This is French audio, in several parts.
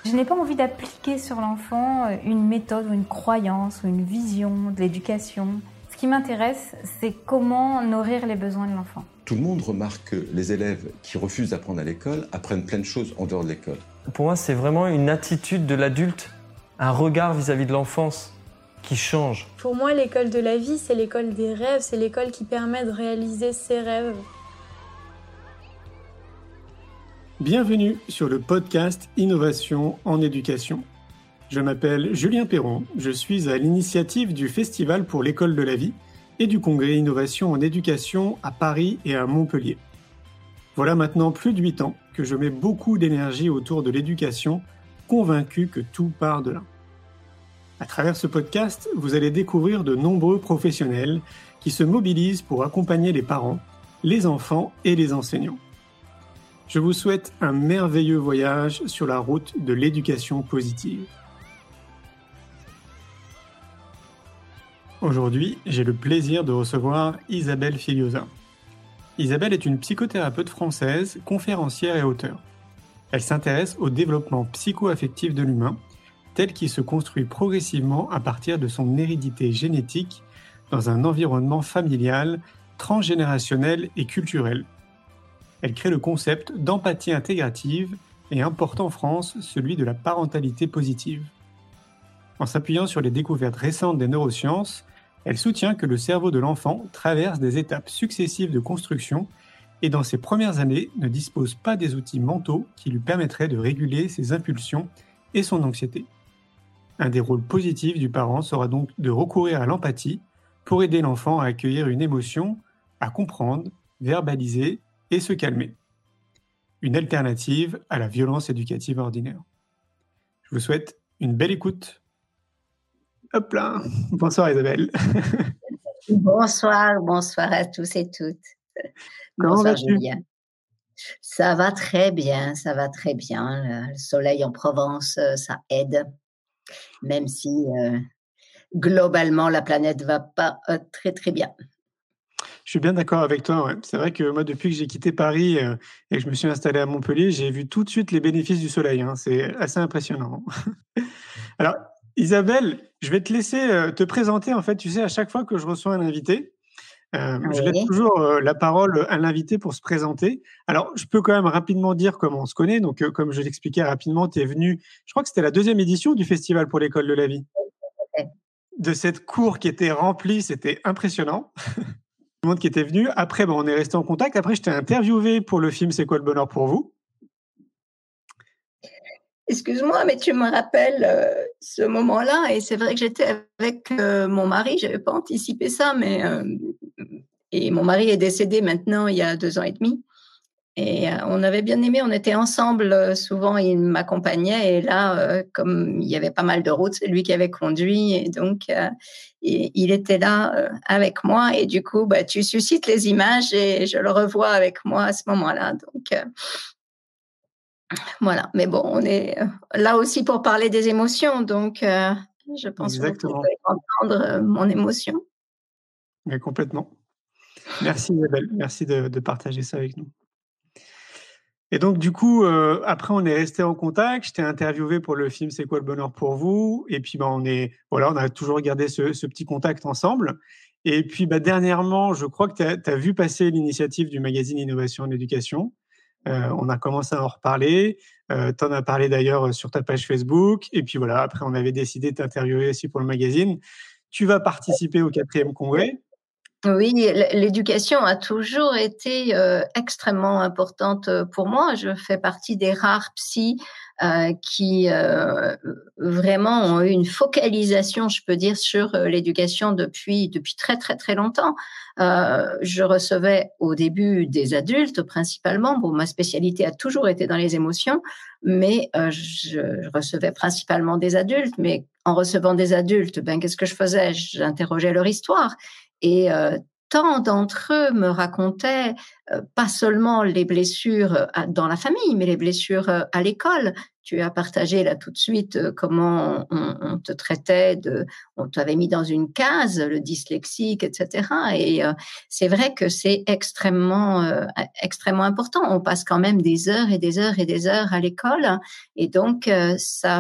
Je n'ai pas envie d'appliquer sur l'enfant une méthode ou une croyance ou une vision de l'éducation. Ce qui m'intéresse, c'est comment nourrir les besoins de l'enfant. Tout le monde remarque que les élèves qui refusent d'apprendre à l'école apprennent plein de choses en dehors de l'école. Pour moi, c'est vraiment une attitude de l'adulte, un regard vis-à-vis de l'enfance qui change. Pour moi, l'école de la vie, c'est l'école des rêves, c'est l'école qui permet de réaliser ses rêves. Bienvenue sur le podcast Innovation en éducation. Je m'appelle Julien Perron, je suis à l'initiative du Festival pour l'école de la vie et du Congrès Innovation en éducation à Paris et à Montpellier. Voilà maintenant plus de 8 ans que je mets beaucoup d'énergie autour de l'éducation, convaincu que tout part de là. À travers ce podcast, vous allez découvrir de nombreux professionnels qui se mobilisent pour accompagner les parents, les enfants et les enseignants. Je vous souhaite un merveilleux voyage sur la route de l'éducation positive. Aujourd'hui, j'ai le plaisir de recevoir Isabelle Filiosa. Isabelle est une psychothérapeute française, conférencière et auteure. Elle s'intéresse au développement psycho-affectif de l'humain, tel qu'il se construit progressivement à partir de son hérédité génétique dans un environnement familial, transgénérationnel et culturel. Elle crée le concept d'empathie intégrative et importe en France celui de la parentalité positive. En s'appuyant sur les découvertes récentes des neurosciences, elle soutient que le cerveau de l'enfant traverse des étapes successives de construction et dans ses premières années ne dispose pas des outils mentaux qui lui permettraient de réguler ses impulsions et son anxiété. Un des rôles positifs du parent sera donc de recourir à l'empathie pour aider l'enfant à accueillir une émotion, à comprendre, verbaliser et se calmer. Une alternative à la violence éducative ordinaire. Je vous souhaite une belle écoute. Hop là. Bonsoir Isabelle. Bonsoir à tous et toutes. Comment vas-tu ? Julien. Ça va très bien. Le soleil en Provence, ça aide. Même si globalement la planète va pas très très bien. Je suis bien d'accord avec toi. Ouais. C'est vrai que moi, depuis que j'ai quitté Paris et que je me suis installé à Montpellier, j'ai vu tout de suite les bénéfices du soleil. Hein. C'est assez impressionnant. Alors, Isabelle, je vais te laisser te présenter. En fait, tu sais, à chaque fois que je reçois un invité, je laisse toujours la parole à l'invité pour se présenter. Alors, je peux quand même rapidement dire comment on se connaît. Donc, comme je l'expliquais rapidement, tu es venu, je crois que c'était la 2e édition du Festival pour l'école de la vie. De cette cour qui était remplie, c'était impressionnant. Tout le monde qui était venu. Après, on est resté en contact. Après, je t'ai interviewé pour le film C'est quoi le bonheur pour vous ? Excuse-moi, mais tu me rappelles ce moment-là. Et c'est vrai que j'étais avec mon mari. Je n'avais pas anticipé ça, mais et mon mari est décédé maintenant il y a 2 ans et demi. Et on avait bien aimé, on était ensemble, souvent il m'accompagnait et là, comme il y avait pas mal de routes, c'est lui qui avait conduit et donc il était là avec moi et du coup, tu suscites les images et je le revois avec moi à ce moment-là. Donc voilà, mais bon, on est là aussi pour parler des émotions, donc je pense que vous pouvez entendre mon émotion. Mais complètement. Merci Isabelle, merci de partager ça avec nous. Et donc, du coup, après, on est resté en contact. Je t'ai interviewé pour le film C'est quoi le bonheur pour vous ? Et puis, on a toujours gardé ce petit contact ensemble. Et puis, dernièrement, je crois que tu as vu passer l'initiative du magazine Innovation en éducation. On a commencé à en reparler. Tu en as parlé d'ailleurs sur ta page Facebook. Et puis, voilà, après, on avait décidé de t'interviewer aussi pour le magazine. Tu vas participer au 4e congrès. Oui, l'éducation a toujours été extrêmement importante pour moi. Je fais partie des rares psys qui vraiment ont eu une focalisation, je peux dire, sur l'éducation depuis très très très longtemps. Je recevais au début des adultes principalement. Bon, ma spécialité a toujours été dans les émotions, mais je recevais principalement des adultes. Mais en recevant des adultes, qu'est-ce que je faisais ? J'interrogeais leur histoire. Et tant d'entre eux me racontaient pas seulement les blessures dans la famille, mais les blessures à l'école. tu as partagé là tout de suite comment on te traitait, on t'avait mis dans une case, le dyslexique, etc. Et c'est vrai que c'est extrêmement important. On passe quand même des heures et des heures et des heures à l'école, et donc ça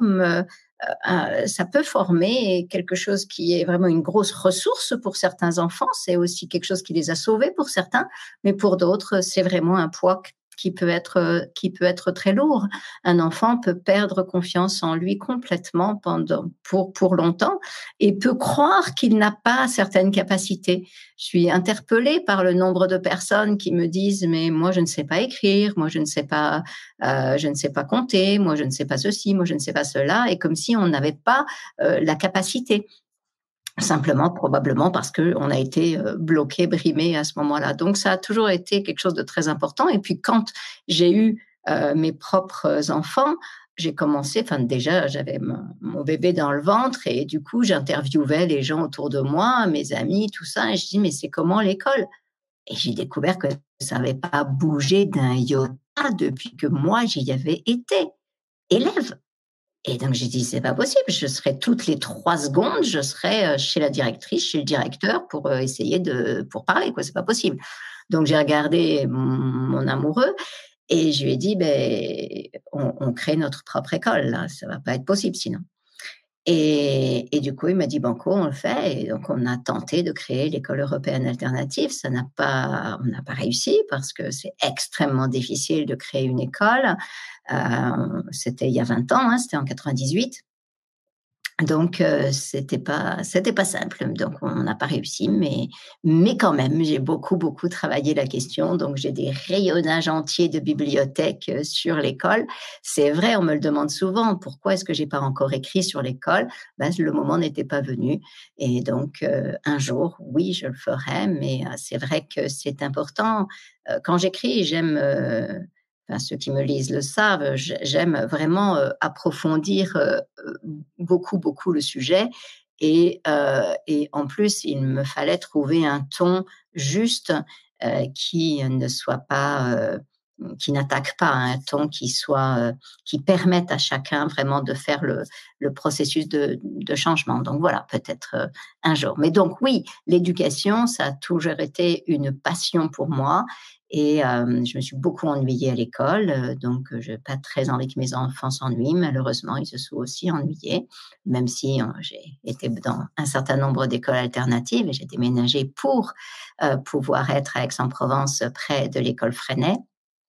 peut former quelque chose qui est vraiment une grosse ressource pour certains enfants. C'est aussi quelque chose qui les a sauvés pour certains, mais pour d'autres, c'est vraiment un poids qui peut être très lourd. Un enfant peut perdre confiance en lui complètement pour longtemps et peut croire qu'il n'a pas certaines capacités. Je suis interpellée par le nombre de personnes qui me disent « mais moi je ne sais pas écrire, moi je ne sais pas compter, moi je ne sais pas ceci, moi je ne sais pas cela », et comme si on n'avait pas la capacité. Simplement, probablement parce qu'on a été bloqué, brimé à ce moment-là. Donc, ça a toujours été quelque chose de très important. Et puis, quand j'ai eu mes propres enfants, j'ai commencé, déjà, j'avais mon bébé dans le ventre et du coup, j'interviewais les gens autour de moi, mes amis, tout ça. Et je dis, mais c'est comment l'école? Et j'ai découvert que ça n'avait pas bougé d'un iota depuis que moi, j'y avais été élève. Et donc, j'ai dit, c'est pas possible. Je serai toutes les 3 secondes, je serai chez la directrice, chez le directeur pour essayer pour parler, quoi. C'est pas possible. Donc, j'ai regardé mon amoureux et je lui ai dit, on crée notre propre école, là. Ça va pas être possible sinon. Et du coup, il m'a dit, banco, on le fait. Et donc, on a tenté de créer l'école européenne alternative. On n'a pas réussi parce que c'est extrêmement difficile de créer une école. C'était il y a 20 ans, c'était en 98. Donc, c'était pas simple. Donc, on n'a pas réussi, mais quand même, j'ai beaucoup travaillé la question. Donc, j'ai des rayonnages entiers de bibliothèques sur l'école. C'est vrai, on me le demande souvent. Pourquoi est-ce que j'ai pas encore écrit sur l'école? Le moment n'était pas venu. Et donc, un jour, oui, je le ferai. Mais c'est vrai que c'est important. Quand j'écris, j'aime. Ceux qui me lisent le savent, j'aime vraiment approfondir beaucoup le sujet. Et en plus, il me fallait trouver un ton juste qui ne soit pas, qui n'attaque pas, un ton qui permette à chacun vraiment de faire le processus de changement. Donc voilà, peut-être un jour. Mais donc oui, l'éducation, ça a toujours été une passion pour moi. Et je me suis beaucoup ennuyée à l'école, donc je n'ai pas très envie que mes enfants s'ennuient. Malheureusement, ils se sont aussi ennuyés, même si j'ai été dans un certain nombre d'écoles alternatives et j'ai déménagé pour pouvoir être à Aix-en-Provence, près de l'école Freinet.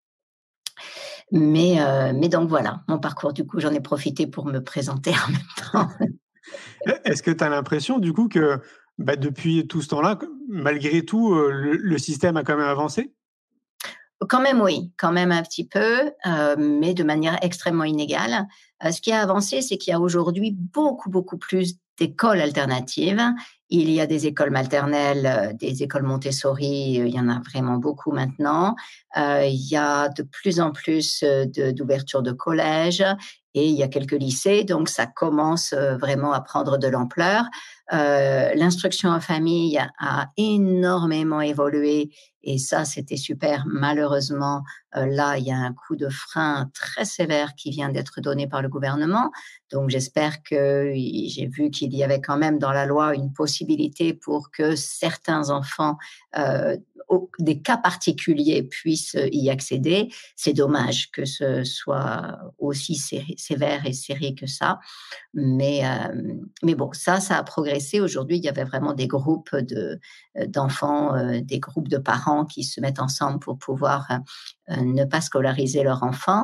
Mais donc voilà, mon parcours, du coup, j'en ai profité pour me présenter en même temps. Est-ce que tu as l'impression, du coup, que depuis tout ce temps-là, malgré tout, le système a quand même avancé? Quand même, oui, quand même un petit peu, mais de manière extrêmement inégale. Ce qui a avancé, c'est qu'il y a aujourd'hui beaucoup plus d'écoles alternatives. Il y a des écoles maternelles, des écoles Montessori, il y en a vraiment beaucoup maintenant. Il y a de plus en plus d'ouverture de collèges et il y a quelques lycées, donc ça commence vraiment à prendre de l'ampleur. L'instruction en famille a énormément évolué et ça, c'était super. Malheureusement, là, il y a un coup de frein très sévère qui vient d'être donné par le gouvernement. Donc, j'espère que j'ai vu qu'il y avait quand même dans la loi une possibilité pour que certains enfants, des cas particuliers, puissent y accéder. C'est dommage que ce soit aussi sévère et serré que ça. Mais bon, ça a progressé. Aujourd'hui, il y avait vraiment des groupes d'enfants, des groupes de parents qui se mettent ensemble pour pouvoir ne pas scolariser leur enfant.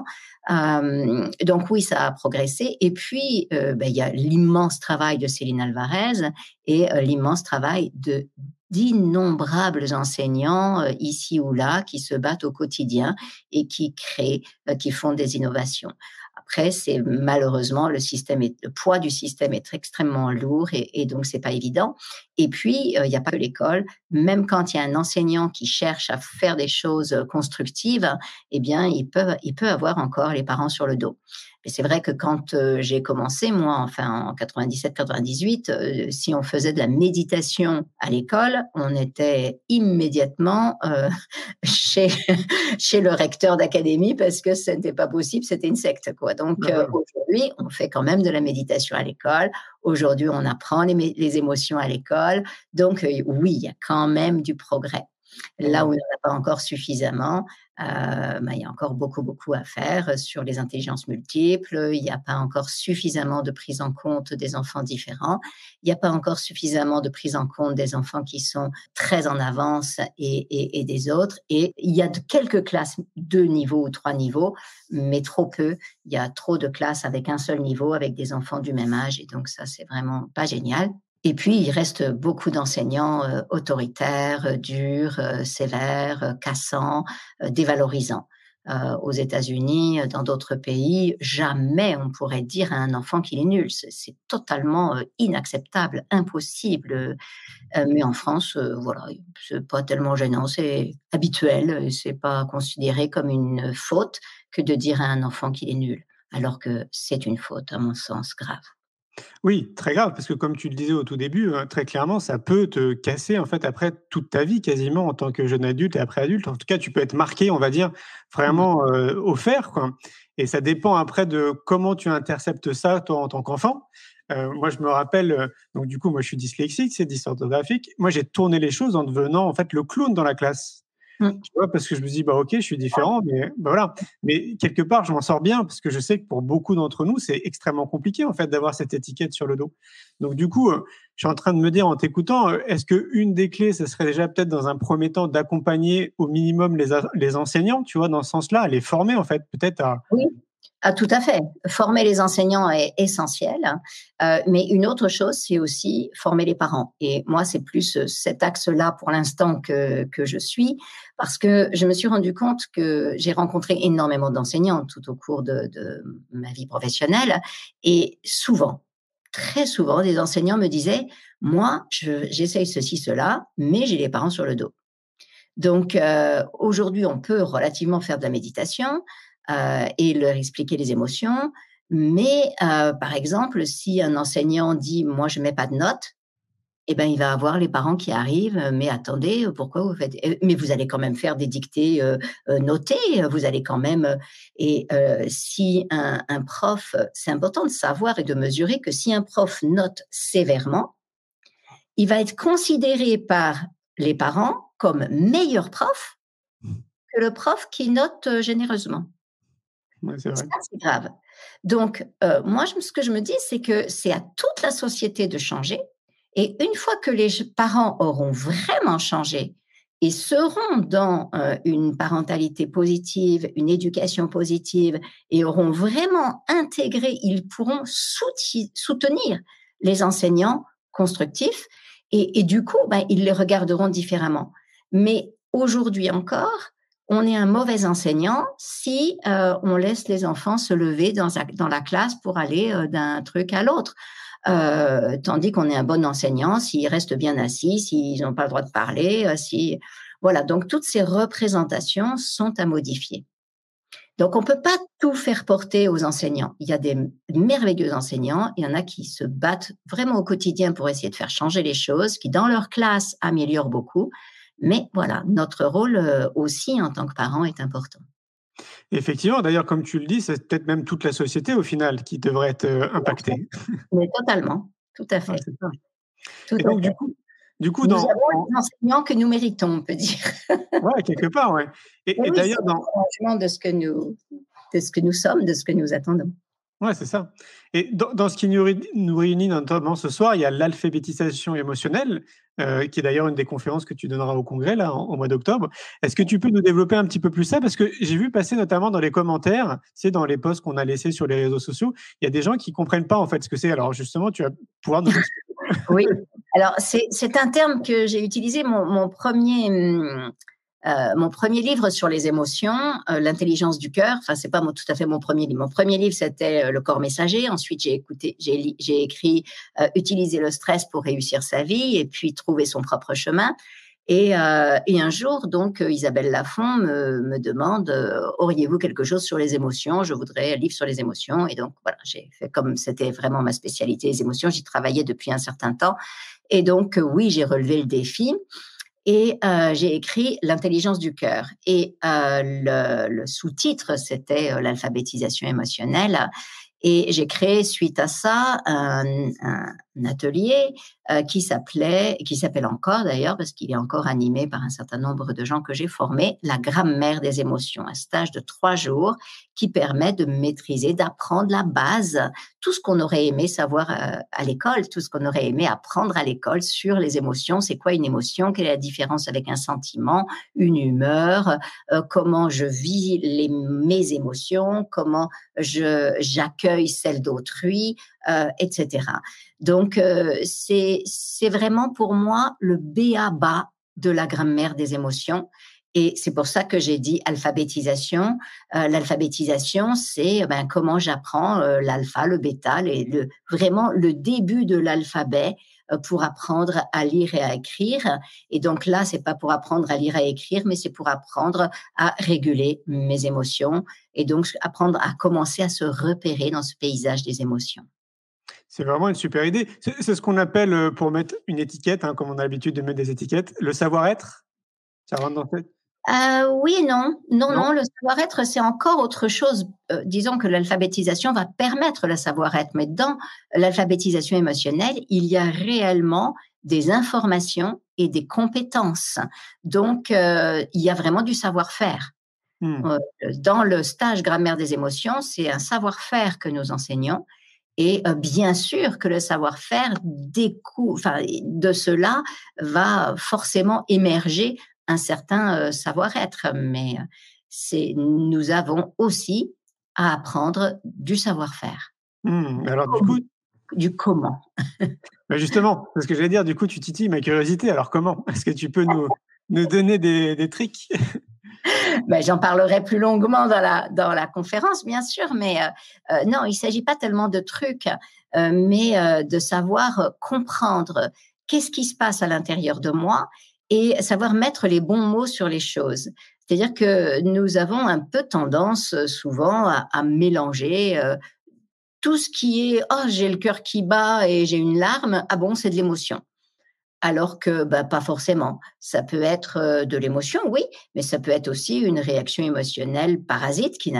Donc oui, ça a progressé. Et puis, il y a l'immense travail de Céline Alvarez et l'immense travail d'innombrables enseignants ici ou là qui se battent au quotidien et qui créent, qui font des innovations. Après, c'est malheureusement le poids du système est extrêmement lourd et donc c'est pas évident. Et puis il n'y a pas que l'école. Même quand il y a un enseignant qui cherche à faire des choses constructives, eh bien il peut avoir encore les parents sur le dos. Et c'est vrai que quand j'ai commencé, moi, en 97-98, si on faisait de la méditation à l'école, on était immédiatement chez le recteur d'académie parce que ce n'était pas possible, c'était une secte, quoi. quoi. Donc, aujourd'hui, on fait quand même de la méditation à l'école. Aujourd'hui, on apprend les émotions à l'école. Donc, oui, il y a quand même du progrès. Là où il n'y en a pas encore suffisamment, il y a encore beaucoup à faire sur les intelligences multiples. Il n'y a pas encore suffisamment de prise en compte des enfants différents. Il n'y a pas encore suffisamment de prise en compte des enfants qui sont très en avance et des autres. Et il y a quelques classes, 2 niveaux ou 3 niveaux, mais trop peu. Il y a trop de classes avec un seul niveau, avec des enfants du même âge. Et donc ça, c'est vraiment pas génial. Et puis, il reste beaucoup d'enseignants autoritaires, durs, sévères, cassants, dévalorisants. Aux États-Unis, dans d'autres pays, jamais on pourrait dire à un enfant qu'il est nul. C'est totalement inacceptable, impossible. Mais en France, voilà, c'est pas tellement gênant, c'est habituel. C'est pas considéré comme une faute que de dire à un enfant qu'il est nul, alors que c'est une faute, à mon sens, grave. Oui, très grave, parce que comme tu le disais au tout début, très clairement, ça peut te casser en fait après toute ta vie quasiment en tant que jeune adulte et après adulte. En tout cas, tu peux être marqué, on va dire, vraiment au fer, quoi. Et ça dépend après de comment tu interceptes ça, toi, en tant qu'enfant. Moi, je me rappelle, donc du coup, moi, je suis dyslexique, c'est dysorthographique. Moi, j'ai tourné les choses en devenant en fait le clown dans la classe. Tu vois, parce que je me dis, bah, ok, je suis différent, mais bah, voilà. Mais quelque part, je m'en sors bien parce que je sais que pour beaucoup d'entre nous, c'est extrêmement compliqué en fait d'avoir cette étiquette sur le dos. Donc du coup, je suis en train de me dire en t'écoutant, est-ce que une des clés, ce serait déjà peut-être dans un premier temps d'accompagner au minimum les enseignants, tu vois, dans ce sens-là, à les former en fait, peut-être à. Oui. Ah, tout à fait. Former les enseignants est essentiel, mais une autre chose, c'est aussi former les parents. Et moi, c'est plus cet axe-là pour l'instant que je suis, parce que je me suis rendu compte que j'ai rencontré énormément d'enseignants tout au cours de ma vie professionnelle, et souvent, très souvent, des enseignants me disaient, moi, j'essaye ceci, cela, mais j'ai les parents sur le dos. Donc, aujourd'hui, on peut relativement faire de la méditation et leur expliquer les émotions. Mais, par exemple, si un enseignant dit « moi, je ne mets pas de notes », eh ben, il va avoir les parents qui arrivent « mais attendez, pourquoi vous faites… mais vous allez quand même faire des dictées notées, vous allez quand même… » Et si un prof… C'est important de savoir et de mesurer que si un prof note sévèrement, il va être considéré par les parents comme meilleur prof que le prof qui note généreusement. Ouais, c'est vrai. Ça, c'est grave. Donc, moi, ce que je me dis, c'est que c'est à toute la société de changer. Et une fois que les parents auront vraiment changé et seront dans une parentalité positive, une éducation positive, et auront vraiment intégré, ils pourront soutenir les enseignants constructifs. Et du coup, ils les regarderont différemment. Mais aujourd'hui encore, on est un mauvais enseignant si on laisse les enfants se lever dans la classe pour aller d'un truc à l'autre. Tandis qu'on est un bon enseignant s'ils restent bien assis, s'ils n'ont pas le droit de parler. Voilà, donc toutes ces représentations sont à modifier. Donc, on ne peut pas tout faire porter aux enseignants. Il y a des merveilleux enseignants, il y en a qui se battent vraiment au quotidien pour essayer de faire changer les choses, qui dans leur classe améliorent beaucoup. Mais voilà, notre rôle aussi en tant que parents est important. Effectivement, d'ailleurs, comme tu le dis, c'est peut-être même toute la société au final qui devrait être impactée. Mais totalement, tout à fait. Ouais, c'est ça. Tout Et à donc, fait. du coup, Nous avons les enseignants que nous méritons, on peut dire. Ouais, quelque part, ouais. Et Oui, d'ailleurs, c'est le changement de ce que nous sommes, de ce que nous attendons. Ouais, c'est ça. Et dans ce qui nous réunit notamment ce soir, il y a l'alphabétisation émotionnelle, qui est d'ailleurs une des conférences que tu donneras au congrès là, au mois d'octobre. Est-ce que tu peux nous développer un petit peu plus ça? Parce que j'ai vu passer notamment dans les commentaires, tu sais, dans les posts qu'on a laissés sur les réseaux sociaux, il y a des gens qui ne comprennent pas en fait ce que c'est. Alors justement, tu vas pouvoir nous expliquer. Oui, alors c'est un terme que j'ai utilisé, mon premier livre sur les émotions, l'intelligence du cœur. Enfin, c'est pas tout à fait mon premier livre. Mon premier livre, c'était Le corps messager. Ensuite, j'ai écrit Utiliser le stress pour réussir sa vie et puis trouver son propre chemin. Et un jour, donc, Isabelle Lafont me demande auriez-vous quelque chose sur les émotions? Je voudrais un livre sur les émotions. Et donc, voilà, j'ai fait comme c'était vraiment ma spécialité, les émotions. J'y travaillais depuis un certain temps. Et donc, oui, j'ai relevé le défi. Et j'ai écrit l'intelligence du cœur. Et le sous-titre, c'était l'alphabétisation émotionnelle. Et j'ai créé suite à ça un atelier qui s'appelle encore d'ailleurs, parce qu'il est encore animé par un certain nombre de gens que j'ai formés, la grammaire des émotions, un stage de 3 jours qui permet de maîtriser, d'apprendre la base, tout ce qu'on aurait aimé savoir à l'école, tout ce qu'on aurait aimé apprendre à l'école sur les émotions. C'est quoi une émotion? Quelle est la différence avec un sentiment, une humeur? Comment je vis mes émotions? Comment j'accueille celles d'autrui, etc. Donc, c'est vraiment pour moi le b.a.-ba de la grammaire des émotions. Et c'est pour ça que j'ai dit alphabétisation. L'alphabétisation, c'est comment j'apprends l'alpha, le bêta, vraiment le début de l'alphabet pour apprendre à lire et à écrire. Et donc là, c'est pas pour apprendre à lire et à écrire, mais c'est pour apprendre à réguler mes émotions et donc apprendre à commencer à se repérer dans ce paysage des émotions. C'est vraiment une super idée. C'est ce qu'on appelle, pour mettre une étiquette, comme on a l'habitude de mettre des étiquettes, le savoir-être? Ça rentre dans cette... Oui et non. Non. Non, le savoir-être, c'est encore autre chose. Disons que l'alphabétisation va permettre le savoir-être, mais dans l'alphabétisation émotionnelle, il y a réellement des informations et des compétences. Donc, il y a vraiment du savoir-faire. Dans le stage grammaire des émotions, c'est un savoir-faire que nous enseignons. Et bien sûr que le savoir-faire de cela va forcément émerger un certain savoir-être, mais nous avons aussi à apprendre du savoir-faire. Alors du coup, du comment. Justement, c'est ce que j'allais dire. Du coup, tu titilles ma curiosité. Alors comment? Est-ce que tu peux nous donner des tricks? J'en parlerai plus longuement dans la conférence, bien sûr, mais non, il ne s'agit pas tellement de trucs, mais de savoir comprendre qu'est-ce qui se passe à l'intérieur de moi et savoir mettre les bons mots sur les choses. C'est-à-dire que nous avons un peu tendance souvent à mélanger tout ce qui est « oh, j'ai le cœur qui bat et j'ai une larme », ah bon, c'est de l'émotion. Alors que pas forcément. Ça peut être de l'émotion, oui, mais ça peut être aussi une réaction émotionnelle parasite qui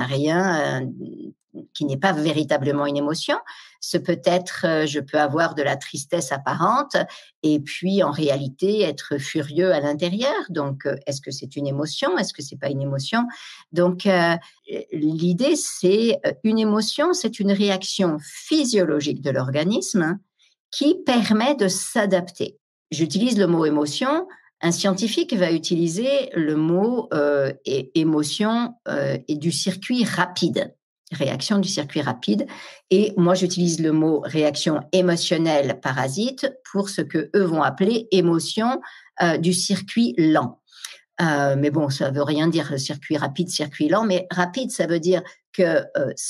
n'est pas véritablement une émotion. Ce peut être, je peux avoir de la tristesse apparente et puis en réalité être furieux à l'intérieur. Donc, est-ce que c'est une émotion? Est-ce que c'est pas une émotion? Donc, l'idée, c'est une émotion, c'est une réaction physiologique de l'organisme qui permet de s'adapter. J'utilise le mot émotion. Un scientifique va utiliser le mot émotion et du circuit rapide, réaction du circuit rapide. Et moi, j'utilise le mot réaction émotionnelle parasite pour ce que eux vont appeler émotion du circuit lent. Mais bon, ça veut rien dire circuit rapide, circuit lent. Mais rapide, ça veut dire que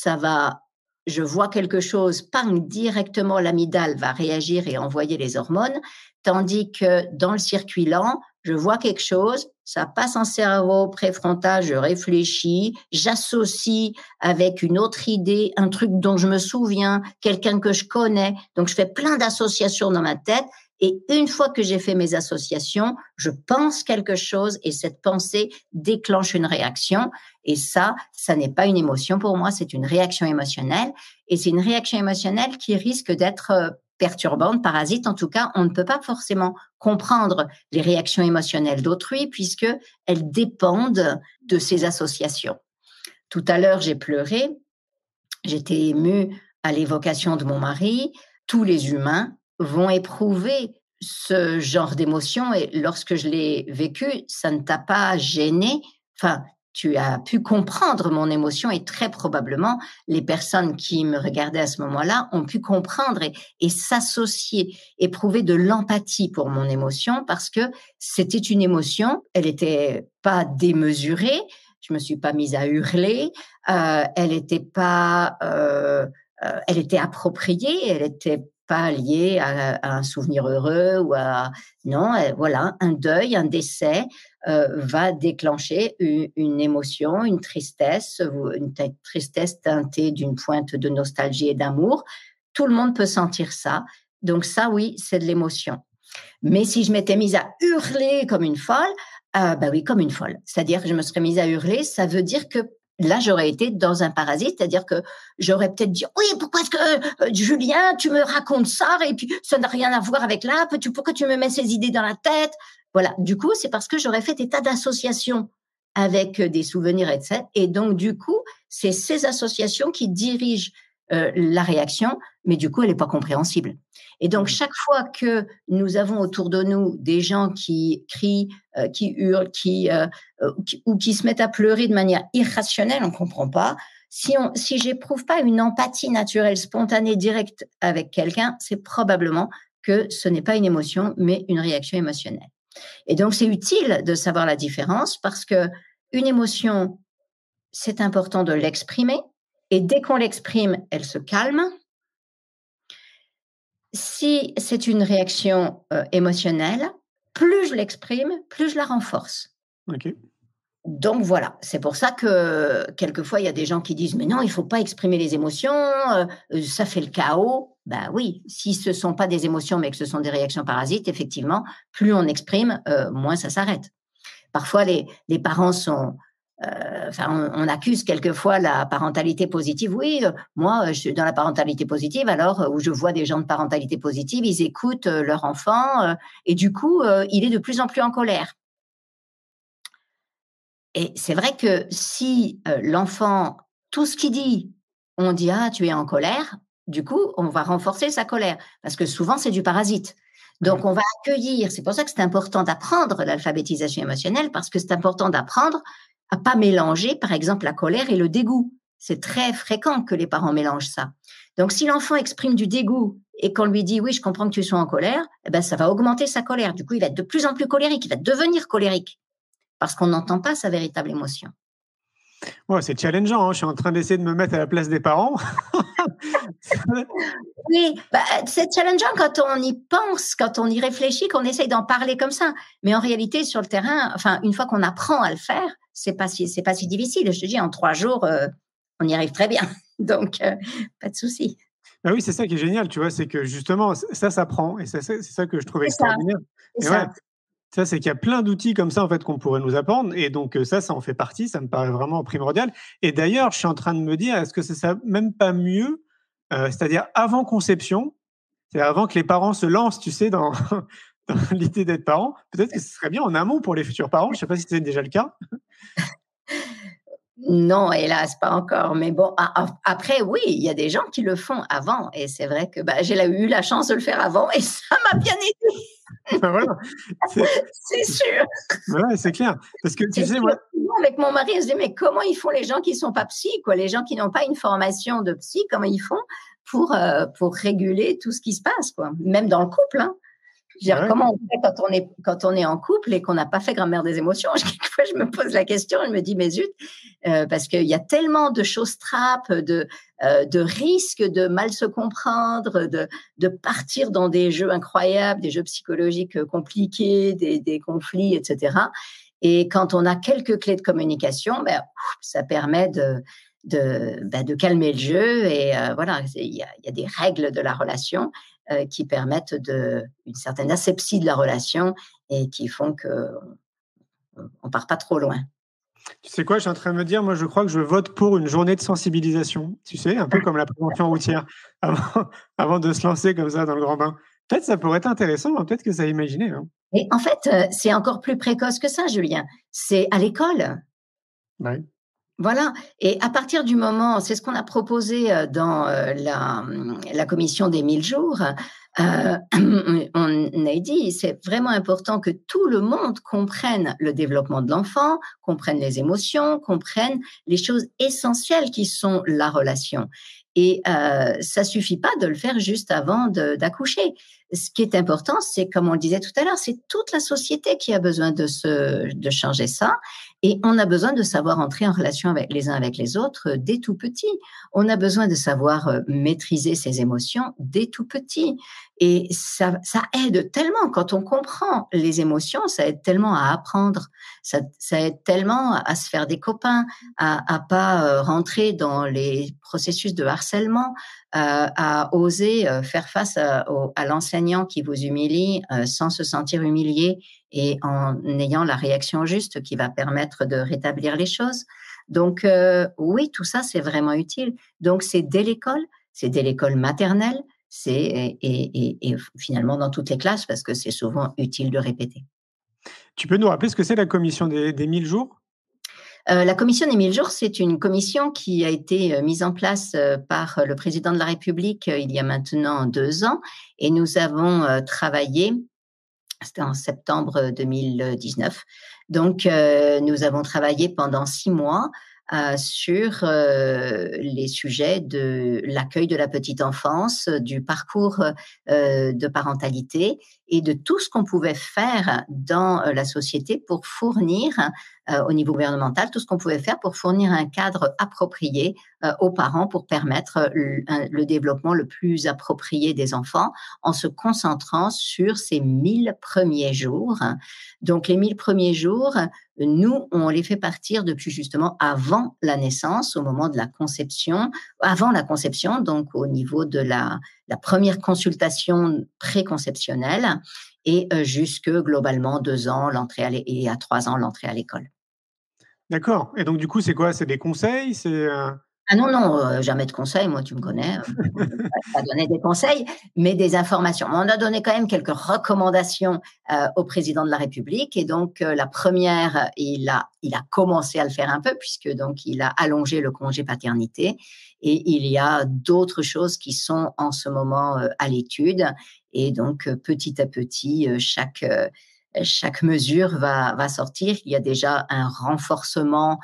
je vois quelque chose, pang, directement l'amygdale va réagir et envoyer les hormones, tandis que dans le circuit lent, je vois quelque chose, ça passe en cerveau préfrontal, je réfléchis, j'associe avec une autre idée, un truc dont je me souviens, quelqu'un que je connais, donc je fais plein d'associations dans ma tête. Et une fois que j'ai fait mes associations, je pense quelque chose et cette pensée déclenche une réaction. Et ça n'est pas une émotion pour moi, c'est une réaction émotionnelle. Et c'est une réaction émotionnelle qui risque d'être perturbante, parasite. En tout cas, on ne peut pas forcément comprendre les réactions émotionnelles d'autrui puisque elles dépendent de ces associations. Tout à l'heure, j'ai pleuré. J'étais émue à l'évocation de mon mari. Tous les humains vont éprouver ce genre d'émotion et lorsque je l'ai vécu, ça ne t'a pas gêné. Enfin, tu as pu comprendre mon émotion et très probablement les personnes qui me regardaient à ce moment-là ont pu comprendre et s'associer, éprouver de l'empathie pour mon émotion parce que c'était une émotion, elle n'était pas démesurée, je me suis pas mise à hurler, elle était appropriée, elle était pas lié à un souvenir heureux ou voilà, un deuil, un décès va déclencher une émotion, une tristesse teintée d'une pointe de nostalgie et d'amour. Tout le monde peut sentir ça. Donc ça, oui, c'est de l'émotion. Mais si je m'étais mise à hurler comme une folle, bah oui, comme une folle. C'est-à-dire que je me serais mise à hurler, ça veut dire que là, j'aurais été dans un parasite, c'est-à-dire que j'aurais peut-être dit « Oui, pourquoi est-ce que, Julien, tu me racontes ça et puis ça n'a rien à voir avec l'app, pourquoi tu me mets ces idées dans la tête ?» Voilà, du coup, c'est parce que j'aurais fait des tas d'associations avec des souvenirs, etc. Et donc, du coup, c'est ces associations qui dirigent la réaction, mais du coup, elle n'est pas compréhensible. Et donc, chaque fois que nous avons autour de nous des gens qui crient, qui hurlent, ou qui se mettent à pleurer de manière irrationnelle, on ne comprend pas. Si j'éprouve pas une empathie naturelle, spontanée, directe avec quelqu'un, c'est probablement que ce n'est pas une émotion, mais une réaction émotionnelle. Et donc, c'est utile de savoir la différence parce que une émotion, c'est important de l'exprimer. Et dès qu'on l'exprime, elle se calme. Si c'est une réaction émotionnelle, plus je l'exprime, plus je la renforce. Ok. Donc voilà, c'est pour ça que quelquefois il y a des gens qui disent mais non, il faut pas exprimer les émotions, ça fait le chaos. Ben oui, si ce sont pas des émotions mais que ce sont des réactions parasites, effectivement, plus on exprime, moins ça s'arrête. Parfois les parents sont on accuse quelquefois la parentalité positive. Oui, moi, je suis dans la parentalité positive, alors où je vois des gens de parentalité positive, ils écoutent leur enfant et du coup, il est de plus en plus en colère. Et c'est vrai que si l'enfant, tout ce qu'il dit, on dit ah tu es en colère, du coup, on va renforcer sa colère parce que souvent c'est du parasite. Donc on va accueillir. C'est pour ça que c'est important d'apprendre l'alphabétisation émotionnelle parce que c'est important d'apprendre à pas mélanger, par exemple, la colère et le dégoût. C'est très fréquent que les parents mélangent ça. Donc, si l'enfant exprime du dégoût et qu'on lui dit « oui, je comprends que tu sois en colère », eh ben, ça va augmenter sa colère. Du coup, il va être de plus en plus colérique, il va devenir colérique parce qu'on n'entend pas sa véritable émotion. Ouais, c'est challengeant, hein. Je suis en train d'essayer de me mettre à la place des parents. Oui, c'est challengeant quand on y pense, quand on y réfléchit, qu'on essaye d'en parler comme ça. Mais en réalité, sur le terrain, enfin, une fois qu'on apprend à le faire, c'est pas si difficile. Je te dis, en 3 jours, on y arrive très bien. Donc, pas de souci. Ah oui, c'est ça qui est génial, tu vois, c'est que justement, ça s'apprend. Et c'est ça que je trouve C'est ça. extraordinaire. C'est Et ça. ouais, ça, c'est qu'il y a plein d'outils comme ça, en fait, qu'on pourrait nous apprendre. Et donc, ça en fait partie. Ça me paraît vraiment primordial. Et d'ailleurs, je suis en train de me dire, est-ce que c'est ça même pas mieux, c'est-à-dire avant conception, c'est-à-dire avant que les parents se lancent, tu sais, dans, dans l'idée d'être parents, peut-être que ce serait bien en amont pour les futurs parents. Je ne sais pas si c'est déjà le cas. Non, hélas, pas encore. Mais bon, après, oui, il y a des gens qui le font avant. Et c'est vrai que j'ai eu la chance de le faire avant et ça m'a bien aidé. Ben voilà. C'est sûr. Ouais, c'est clair. Parce que tu sais, sûr. moi. Avec mon mari, on se dit, mais comment ils font les gens qui ne sont pas psy, quoi, les gens qui n'ont pas une formation de psy, comment ils font pour réguler tout ce qui se passe, quoi, même dans le couple, hein. Je veux dire, comment on fait quand on est en couple et qu'on n'a pas fait grammaire des émotions? Quelquefois, je me pose la question, je me dis, mais zut, parce qu'il y a tellement de choses trappes, de risques de mal se comprendre, de partir dans des jeux incroyables, des jeux psychologiques compliqués, des conflits, etc. Et quand on a quelques clés de communication, ça permet de calmer le jeu. Et voilà, il y a des règles de la relation qui permettent une certaine asepsie de la relation et qui font qu'on part pas trop loin. Tu sais quoi, je suis en train de me dire, moi je crois que je vote pour une journée de sensibilisation, tu sais, un peu comme la prévention routière, avant de se lancer comme ça dans le grand bain. Peut-être ça pourrait être intéressant, hein, peut-être que ça a imaginé. Hein. Et en fait, c'est encore plus précoce que ça, Julien. C'est à l'école. Ouais. Voilà. Et à partir du moment, c'est ce qu'on a proposé dans la commission des 1000 jours, on a dit, c'est vraiment important que tout le monde comprenne le développement de l'enfant, comprenne les émotions, comprenne les choses essentielles qui sont la relation. Et ça suffit pas de le faire juste avant d'accoucher. Ce qui est important, c'est, comme on le disait tout à l'heure, c'est toute la société qui a besoin de changer ça. Et on a besoin de savoir entrer en relation avec les uns avec les autres dès tout petit. On a besoin de savoir maîtriser ses émotions dès tout petit. Et ça aide tellement quand on comprend les émotions, ça aide tellement à apprendre, ça aide tellement à se faire des copains, à pas rentrer dans les processus de harcèlement. à oser faire face à l'enseignant qui vous humilie sans se sentir humilié et en ayant la réaction juste qui va permettre de rétablir les choses. Donc, oui, tout ça, c'est vraiment utile. Donc, c'est dès l'école maternelle, et finalement dans toutes les classes, parce que c'est souvent utile de répéter. Tu peux nous rappeler ce que c'est la commission des 1000 jours? La commission des 1000 jours, c'est une commission qui a été mise en place par le président de la République il y a maintenant 2 ans, et nous avons travaillé, c'était en septembre 2019, donc nous avons travaillé pendant 6 mois sur les sujets de l'accueil de la petite enfance, du parcours de parentalité et de tout ce qu'on pouvait faire dans la société pour fournir, au niveau gouvernemental, tout ce qu'on pouvait faire pour fournir un cadre approprié aux parents pour permettre le développement le plus approprié des enfants en se concentrant sur ces 1000 premiers jours. Donc les 1000 premiers jours, nous, on les fait partir depuis justement avant la naissance, au moment de la conception, avant la conception, donc au niveau de la première consultation préconceptionnelle et jusque globalement 2 ans, et à 3 ans, l'entrée à l'école. D'accord. Et donc, du coup, c'est quoi? C'est des conseils? Ah non, jamais de conseils, moi tu me connais, on ne va pas donner des conseils, mais des informations. On a donné quand même quelques recommandations au président de la République et donc la première, il a commencé à le faire un peu puisque donc il a allongé le congé paternité et il y a d'autres choses qui sont en ce moment à l'étude et donc petit à petit chaque mesure va sortir. Il y a déjà un renforcement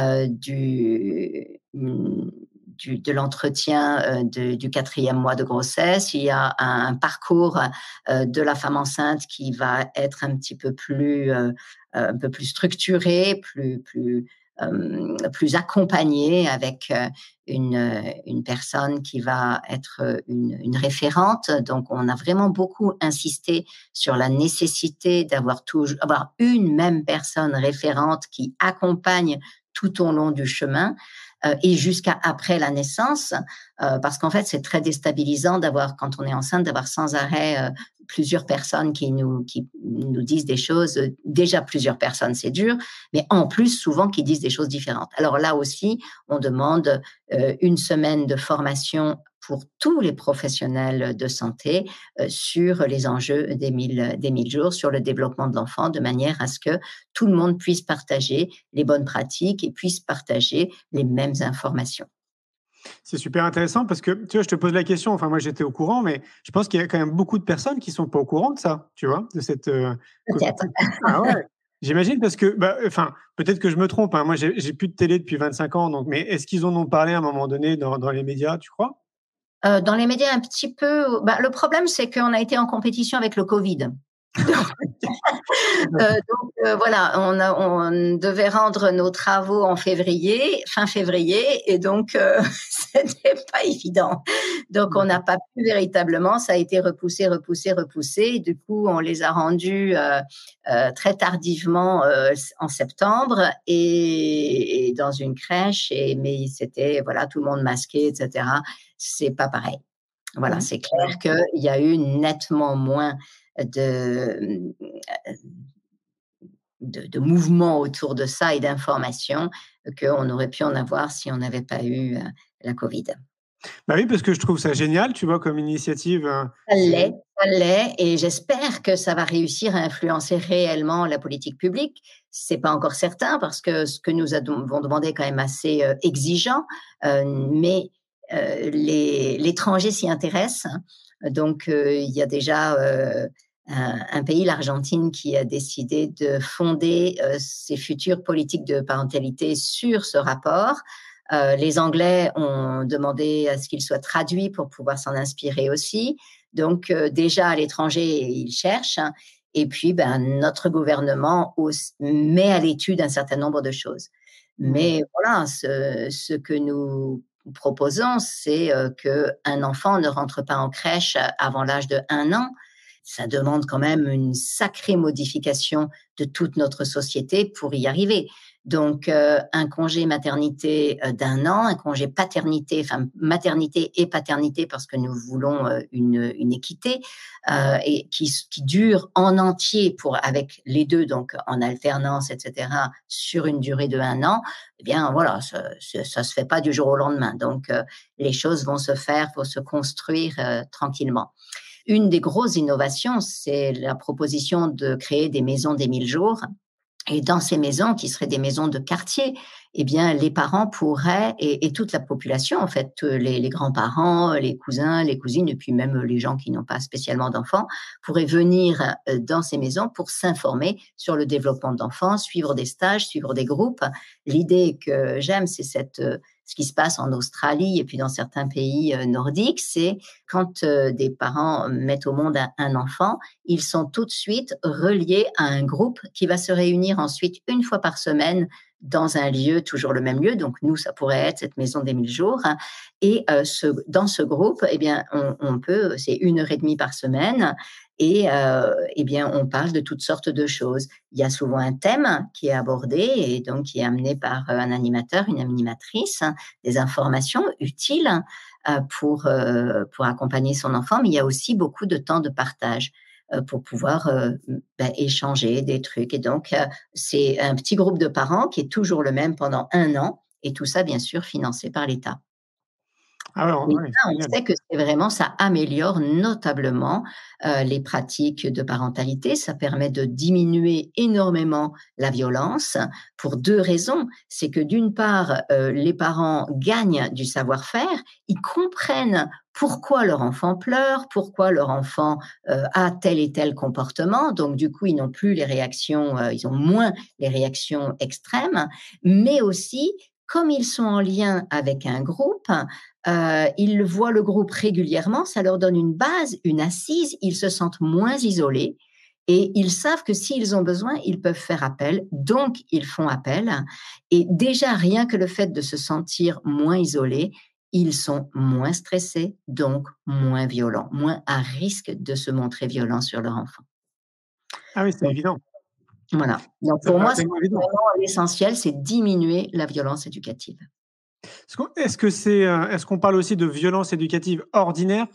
de l'entretien du 4e mois de grossesse. Il y a un parcours de la femme enceinte qui va être un peu plus structuré, plus accompagné avec une personne qui va être une référente. Donc, on a vraiment beaucoup insisté sur la nécessité d'avoir une même personne référente qui accompagne tout au long du chemin et jusqu'à après la naissance, parce qu'en fait, c'est très déstabilisant quand on est enceinte, d'avoir sans arrêt plusieurs personnes qui nous disent des choses. Déjà, plusieurs personnes, c'est dur, mais en plus, souvent, qui disent des choses différentes. Alors là aussi, on demande 1 semaine de formation pour tous les professionnels de santé sur les enjeux des 1000 jours, sur le développement de l'enfant, de manière à ce que tout le monde puisse partager les bonnes pratiques et puisse partager les mêmes informations. C'est super intéressant parce que, tu vois, je te pose la question, enfin moi j'étais au courant, mais je pense qu'il y a quand même beaucoup de personnes qui ne sont pas au courant de ça, tu vois, de cette… Peut-être. Ah ouais, j'imagine parce que, peut-être que je me trompe, hein, moi j'ai plus de télé depuis 25 ans, donc, mais est-ce qu'ils en ont parlé à un moment donné dans les médias, tu crois? Dans les médias, un petit peu. Le problème, c'est qu'on a été en compétition avec le Covid. Voilà, on devait rendre nos travaux en fin février, et donc c'était pas évident. Donc on n'a pas pu véritablement, ça a été repoussé. Et du coup, on les a rendus très tardivement en septembre et dans une crèche. Mais c'était tout le monde masqué, etc. C'est pas pareil. Voilà, c'est clair qu'il y a eu nettement moins de mouvements autour de ça et d'informations qu'on aurait pu en avoir si on n'avait pas eu la Covid. Bah oui, parce que je trouve ça génial, tu vois, comme initiative. Ça l'est, et j'espère que ça va réussir à influencer réellement la politique publique. C'est pas encore certain parce que ce que nous avons demandé est quand même assez exigeant, mais l'étranger s'y intéresse. Donc, il y a déjà un pays, l'Argentine, qui a décidé de fonder ses futures politiques de parentalité sur ce rapport. Les Anglais ont demandé à ce qu'il soit traduit pour pouvoir s'en inspirer aussi. Donc, déjà à l'étranger, ils cherchent. Et puis, notre gouvernement met à l'étude un certain nombre de choses. Mais voilà, ce que nous proposons, c'est qu'un enfant ne rentre pas en crèche avant l'âge de 1 an. Ça demande quand même une sacrée modification de toute notre société pour y arriver. Donc, un congé maternité d'1 an, un congé paternité, enfin maternité et paternité, parce que nous voulons une équité et qui dure en entier avec les deux, donc en alternance, etc., sur une durée de 1 an. Eh bien, voilà, ça se fait pas du jour au lendemain. Donc, les choses vont se construire tranquillement. Une des grosses innovations, c'est la proposition de créer des maisons des 1000 jours. Et dans ces maisons, qui seraient des maisons de quartier, eh bien, les parents pourraient, et toute la population, en fait, les grands-parents, les cousins, les cousines, et puis même les gens qui n'ont pas spécialement d'enfants, pourraient venir dans ces maisons pour s'informer sur le développement d'enfants, suivre des stages, suivre des groupes. L'idée que j'aime, c'est ce qui se passe en Australie et puis dans certains pays nordiques, c'est quand des parents mettent au monde un enfant, ils sont tout de suite reliés à un groupe qui va se réunir ensuite une fois par semaine dans un lieu, toujours le même lieu. Donc, nous, ça pourrait être cette maison des 1000 jours. Et dans ce groupe, eh bien, on peut, c'est 1h30 par semaine. Et eh bien, on parle de toutes sortes de choses. Il y a souvent un thème qui est abordé et donc qui est amené par un animateur, une animatrice, des informations utiles pour accompagner son enfant. Mais il y a aussi beaucoup de temps de partage pour pouvoir échanger des trucs. Et donc, c'est un petit groupe de parents qui est toujours le même pendant 1 an. Et tout ça, bien sûr, financé par l'État. Alors, Et ouais, ça, on sait que c'est vraiment, ça améliore notablement les pratiques de parentalité. Ça permet de diminuer énormément la violence pour 2 raisons. C'est que d'une part, les parents gagnent du savoir-faire, ils comprennent pourquoi leur enfant pleure, pourquoi leur enfant a tel et tel comportement. Donc, du coup, ils n'ont plus les réactions, ils ont moins les réactions extrêmes, mais aussi, comme ils sont en lien avec un groupe, ils voient le groupe régulièrement, ça leur donne une base, une assise, ils se sentent moins isolés et ils savent que s'ils ont besoin, ils peuvent faire appel, donc ils font appel. Et déjà, rien que le fait de se sentir moins isolés, ils sont moins stressés, donc moins violents, moins à risque de se montrer violents sur leur enfant. Ah oui, c'est évident. Voilà. Donc Ça pour moi, paraît c'est tellement évident. vraiment l'essentiel, c'est diminuer la violence éducative. Est-ce qu'on parle aussi de violence éducative ordinaire?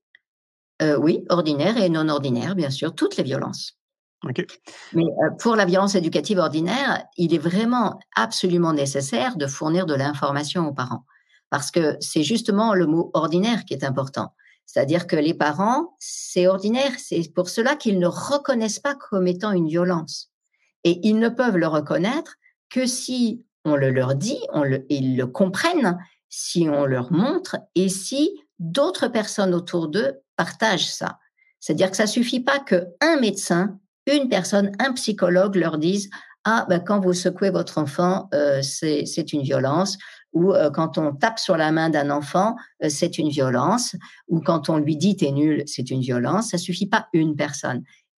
Oui, ordinaire et non ordinaire, bien sûr, toutes les violences. Ok. Mais pour la violence éducative ordinaire, il est vraiment absolument nécessaire de fournir de l'information aux parents. Parce que c'est justement le mot ordinaire qui est important. C'est-à-dire que les parents, c'est ordinaire, c'est pour cela qu'ils ne reconnaissent pas comme étant une violence. Et ils ne peuvent le reconnaître que si on le leur dit, ils le comprennent, si on leur montre et si d'autres personnes autour d'eux partagent ça. C'est-à-dire que ça suffit pas qu'un médecin, une personne, un psychologue leur dise « Ah, ben, quand vous secouez votre enfant, c'est une violence » ou quand on tape sur la main d'un enfant, c'est une violence, ou quand on lui dit « t'es nul », c'est une violence. Ça suffit pas une personne.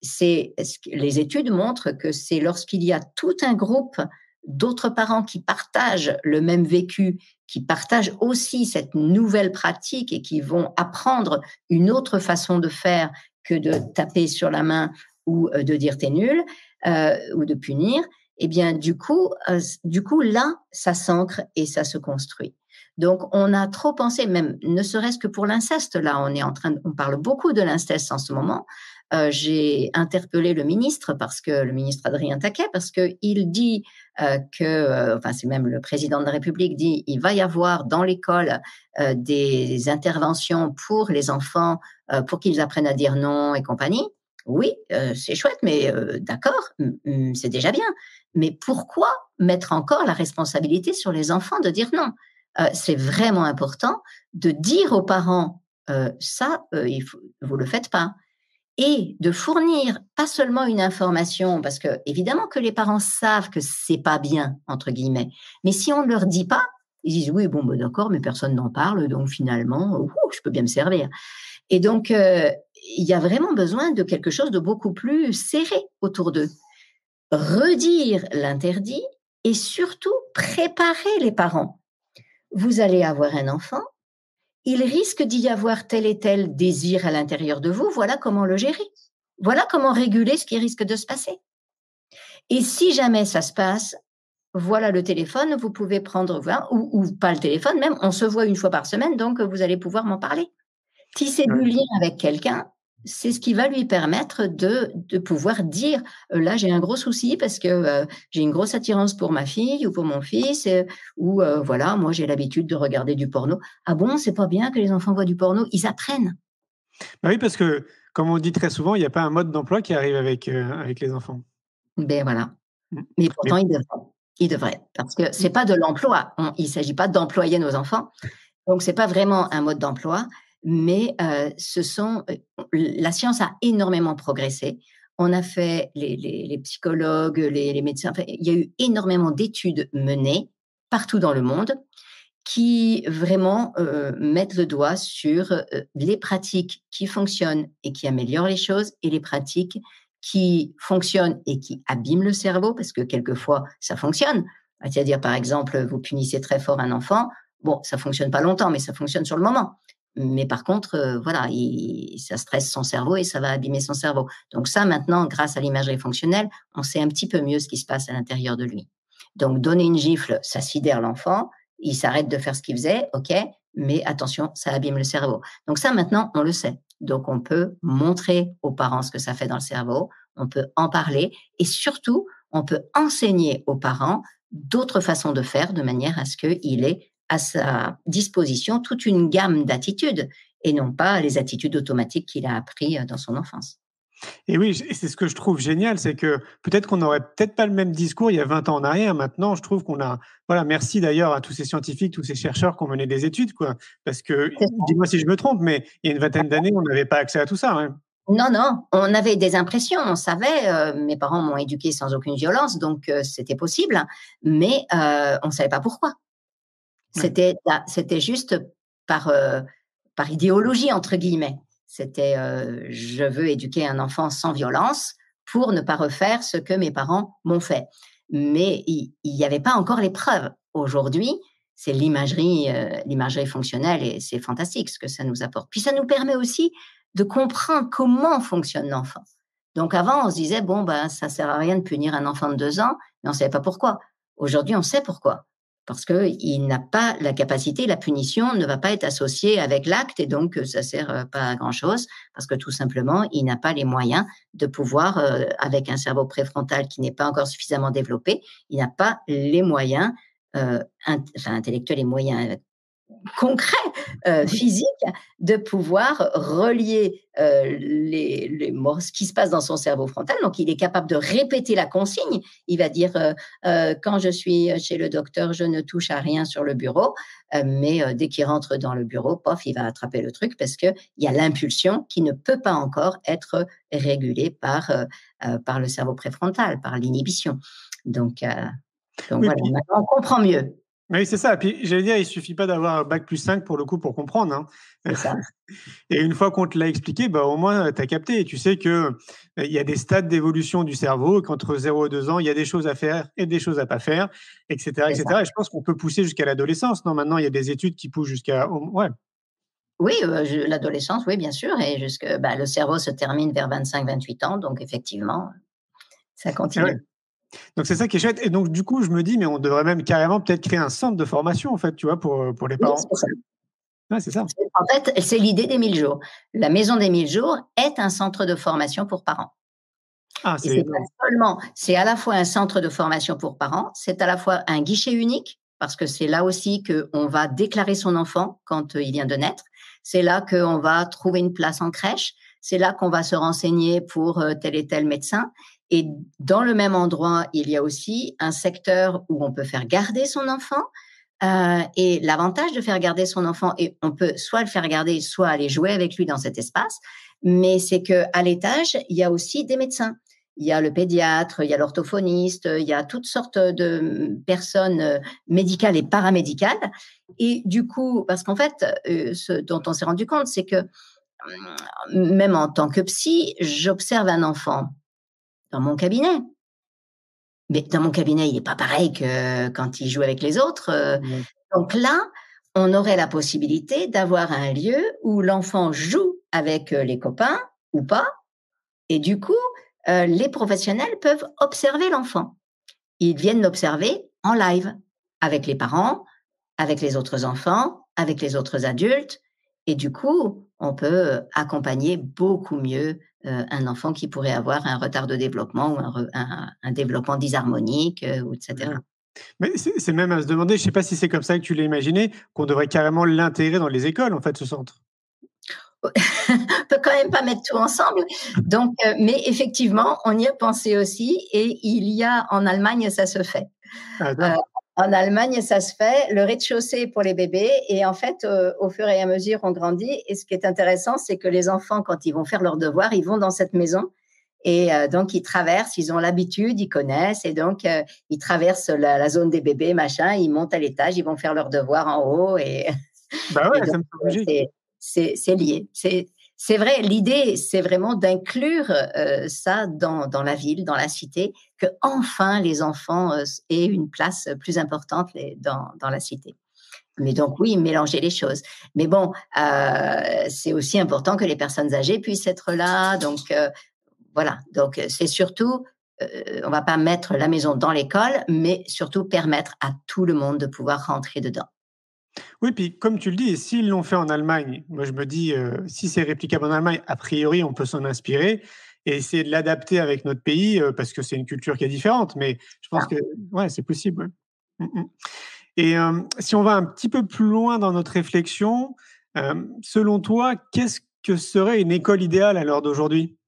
Les études montrent que c'est lorsqu'il y a tout un groupe d'autres parents qui partagent le même vécu, qui partagent aussi cette nouvelle pratique et qui vont apprendre une autre façon de faire que de taper sur la main ou de dire t'es nul ou de punir, eh bien du coup là, ça s'ancre et ça se construit. Donc on a trop pensé, même ne serait-ce que pour l'inceste, là on parle beaucoup de l'inceste en ce moment. J'ai interpellé le ministre le ministre Adrien Taquet, parce qu'il dit c'est même le président de la République dit, il va y avoir dans l'école des interventions pour les enfants, pour qu'ils apprennent à dire non et compagnie. Oui, c'est chouette, mais d'accord, c'est déjà bien. Mais pourquoi mettre encore la responsabilité sur les enfants de dire non? C'est vraiment important de dire aux parents vous le faites pas. Et de fournir pas seulement une information, parce que évidemment que les parents savent que c'est pas bien, entre guillemets, mais si on ne leur dit pas, ils disent oui, bon, ben d'accord, mais personne n'en parle, donc finalement, je peux bien me servir. Et donc, il y a vraiment besoin de quelque chose de beaucoup plus serré autour d'eux. Redire l'interdit et surtout préparer les parents. Vous allez avoir un enfant, il risque d'y avoir tel et tel désir à l'intérieur de vous, voilà comment le gérer. Voilà comment réguler ce qui risque de se passer. Et si jamais ça se passe, voilà le téléphone, vous pouvez prendre, voilà, ou pas le téléphone, même, on se voit une fois par semaine, donc vous allez pouvoir m'en parler. Tisser du lien avec quelqu'un, c'est ce qui va lui permettre de pouvoir dire là, j'ai un gros souci parce que j'ai une grosse attirance pour ma fille ou pour mon fils, ou voilà, moi j'ai l'habitude de regarder du porno. Ah bon, c'est pas bien que les enfants voient du porno, ils apprennent. Bah oui, parce que, comme on dit très souvent, il n'y a pas un mode d'emploi qui arrive avec les enfants. Ben voilà. Mmh. Mais Mais pourtant, ils devraient. Ils devraient, parce que c'est pas de l'emploi. Il ne s'agit pas d'employer nos enfants. Donc, c'est pas vraiment un mode d'emploi, mais la science a énormément progressé. On a fait les psychologues, les médecins. Enfin, il y a eu énormément d'études menées partout dans le monde qui vraiment mettent le doigt sur les pratiques qui fonctionnent et qui améliorent les choses et les pratiques qui fonctionnent et qui abîment le cerveau, parce que quelquefois, ça fonctionne. C'est-à-dire, par exemple, vous punissez très fort un enfant, bon, ça fonctionne pas longtemps, mais ça fonctionne sur le moment. Mais par contre, voilà, ça stresse son cerveau et ça va abîmer son cerveau. Donc ça, maintenant, grâce à l'imagerie fonctionnelle, on sait un petit peu mieux ce qui se passe à l'intérieur de lui. Donc, donner une gifle, ça sidère l'enfant, il s'arrête de faire ce qu'il faisait, ok, mais attention, ça abîme le cerveau. Donc ça, maintenant, on le sait. Donc, on peut montrer aux parents ce que ça fait dans le cerveau, on peut en parler et surtout, on peut enseigner aux parents d'autres façons de faire de manière à ce qu'il ait à sa disposition toute une gamme d'attitudes et non pas les attitudes automatiques qu'il a appris dans son enfance. Et oui, et c'est ce que je trouve génial, c'est que peut-être qu'on n'aurait peut-être pas le même discours il y a 20 ans en arrière. Maintenant, je trouve qu'on a, voilà, merci d'ailleurs à tous ces scientifiques, tous ces chercheurs qui ont mené des études, quoi. Parce que, dis-moi si je me trompe, mais il y a une vingtaine d'années, on n'avait pas accès à tout ça, hein. Non, non, on avait des impressions, on savait, mes parents m'ont éduquée sans aucune violence, donc c'était possible, mais on ne savait pas pourquoi. C'était juste par, par idéologie, entre guillemets. C'était je veux éduquer un enfant sans violence pour ne pas refaire ce que mes parents m'ont fait. Mais il n'y avait pas encore les preuves. Aujourd'hui, c'est l'imagerie fonctionnelle et c'est fantastique ce que ça nous apporte. Puis ça nous permet aussi de comprendre comment fonctionne l'enfant. Donc avant, on se disait, bon, ben, ça sert à rien de punir un enfant de 2 ans, mais on ne savait pas pourquoi. Aujourd'hui, on sait pourquoi. Parce qu'il n'a pas la capacité, la punition ne va pas être associée avec l'acte et donc ça sert pas à grand-chose parce que tout simplement, il n'a pas les moyens de pouvoir, avec un cerveau préfrontal qui n'est pas encore suffisamment développé, il n'a pas les moyens intellectuels, les moyens concret, physique, de pouvoir relier ce qui se passe dans son cerveau frontal. Donc, il est capable de répéter la consigne. Il va dire quand je suis chez le docteur, je ne touche à rien sur le bureau. Mais dès qu'il rentre dans le bureau, pof, il va attraper le truc parce qu'il y a l'impulsion qui ne peut pas encore être régulée par le cerveau préfrontal, par l'inhibition. Donc Oui, voilà, puis, maintenant, on comprend mieux. oui, c'est ça. Puis, j'allais dire, il suffit pas d'avoir un bac+5 pour le coup pour comprendre, hein. C'est ça. Et une fois qu'on te l'a expliqué, bah, au moins, tu as capté. Et tu sais que il y a des stades d'évolution du cerveau, qu'entre 0 et 2 ans, il y a des choses à faire et des choses à pas faire, etc., C'est etc. ça. Et je pense qu'on peut pousser jusqu'à l'adolescence. Non, maintenant, il y a des études qui poussent jusqu'à, ouais. Oui, l'adolescence, oui, bien sûr, et le cerveau se termine vers 25-28 ans, donc effectivement, ça Et ouais. continue. Donc, c'est ça qui est chouette. Et donc, du coup, je me dis, mais on devrait même carrément peut-être créer un centre de formation, en fait, tu vois, pour les Oui, parents. c'est ça. Ouais, c'est ça. En fait, c'est l'idée des 1000 jours. La maison des 1000 jours est un centre de formation pour parents. Ah, Et c'est c'est à la fois un centre de formation pour parents, c'est à la fois un guichet unique, parce que c'est là aussi qu'on va déclarer son enfant quand il vient de naître. C'est là qu'on va trouver une place en crèche. C'est là qu'on va se renseigner pour tel et tel médecin. Et dans le même endroit, il y a aussi un secteur où on peut faire garder son enfant. Et l'avantage de faire garder son enfant, et on peut soit le faire garder, soit aller jouer avec lui dans cet espace, mais c'est qu'à l'étage, il y a aussi des médecins. Il y a le pédiatre, il y a l'orthophoniste, il y a toutes sortes de personnes médicales et paramédicales. Et du coup, parce qu'en fait, ce dont on s'est rendu compte, c'est que même en tant que psy, j'observe un enfant dans mon cabinet. Mais dans mon cabinet, il n'est pas pareil que quand il joue avec les autres. Donc là, on aurait la possibilité d'avoir un lieu où l'enfant joue avec les copains ou pas. Et du coup, les professionnels peuvent observer l'enfant. Ils viennent l'observer en live avec les parents, avec les autres enfants, avec les autres adultes. Et du coup, on peut accompagner beaucoup mieux un enfant qui pourrait avoir un retard de développement ou un développement dysharmonique, ou etc. Mais c'est même à se demander, je ne sais pas si c'est comme ça que tu l'as imaginé, qu'on devrait carrément l'intégrer dans les écoles, en fait, ce centre. On peut quand même pas mettre tout ensemble. Donc, mais effectivement, on y a pensé aussi, et en Allemagne, ça se fait. En Allemagne, ça se fait, le rez-de-chaussée pour les bébés, et en fait, au fur et à mesure, on grandit. Et ce qui est intéressant, c'est que les enfants, quand ils vont faire leurs devoirs, ils vont dans cette maison. Et donc, ils traversent, ils ont l'habitude, ils connaissent, et donc, ils traversent la zone des bébés, machin, ils montent à l'étage, ils vont faire leurs devoirs en haut, et, Bah ouais, et donc, ça me semble logique. c'est lié. C'est vrai, l'idée, c'est vraiment d'inclure ça dans la ville, dans la cité, que enfin les enfants aient une place plus importante dans la cité. Mais donc oui, mélanger les choses. Mais bon, c'est aussi important que les personnes âgées puissent être là. Donc voilà. Donc c'est surtout, on va pas mettre la maison dans l'école, mais surtout permettre à tout le monde de pouvoir rentrer dedans. Oui, puis comme tu le dis, s'ils l'ont fait en Allemagne, moi je me dis, si c'est réplicable en Allemagne, a priori, on peut s'en inspirer et essayer de l'adapter avec notre pays, parce que c'est une culture qui est différente. Mais je pense que ouais, c'est possible. Ouais. Et si on va un petit peu plus loin dans notre réflexion, selon toi, qu'est-ce que serait une école idéale à l'heure d'aujourd'hui?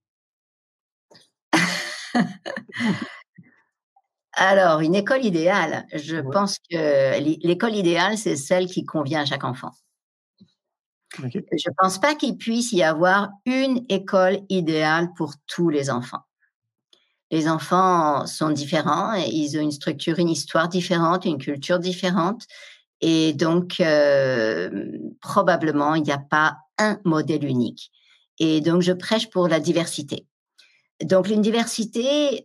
Alors, une école idéale, je Ouais. pense que l'école idéale, c'est celle qui convient à chaque enfant. OK. Je pense pas qu'il puisse y avoir une école idéale pour tous les enfants. Les enfants sont différents, et ils ont une structure, une histoire différente, une culture différente, et donc probablement il n'y a pas un modèle unique. Et donc je prêche pour la diversité. Donc l'université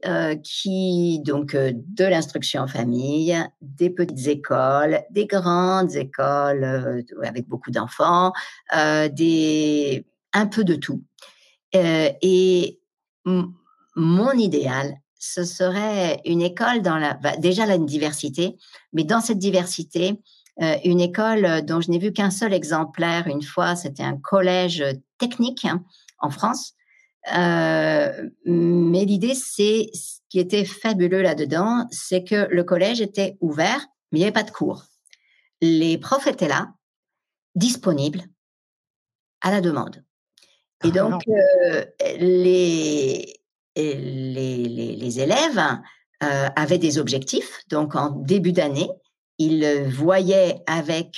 de l'instruction en famille, des petites écoles, des grandes écoles avec beaucoup d'enfants, un peu de tout. Et mon idéal, ce serait une école déjà la diversité, mais dans cette diversité, une école dont je n'ai vu qu'un seul exemplaire une fois, c'était un collège technique en France. Mais l'idée, c'est ce qui était fabuleux là-dedans, c'est que le collège était ouvert, mais il n'y avait pas de cours. Les profs étaient là, disponibles, à la demande. Et donc, les élèves avaient des objectifs. Donc, en début d'année, ils voyaient avec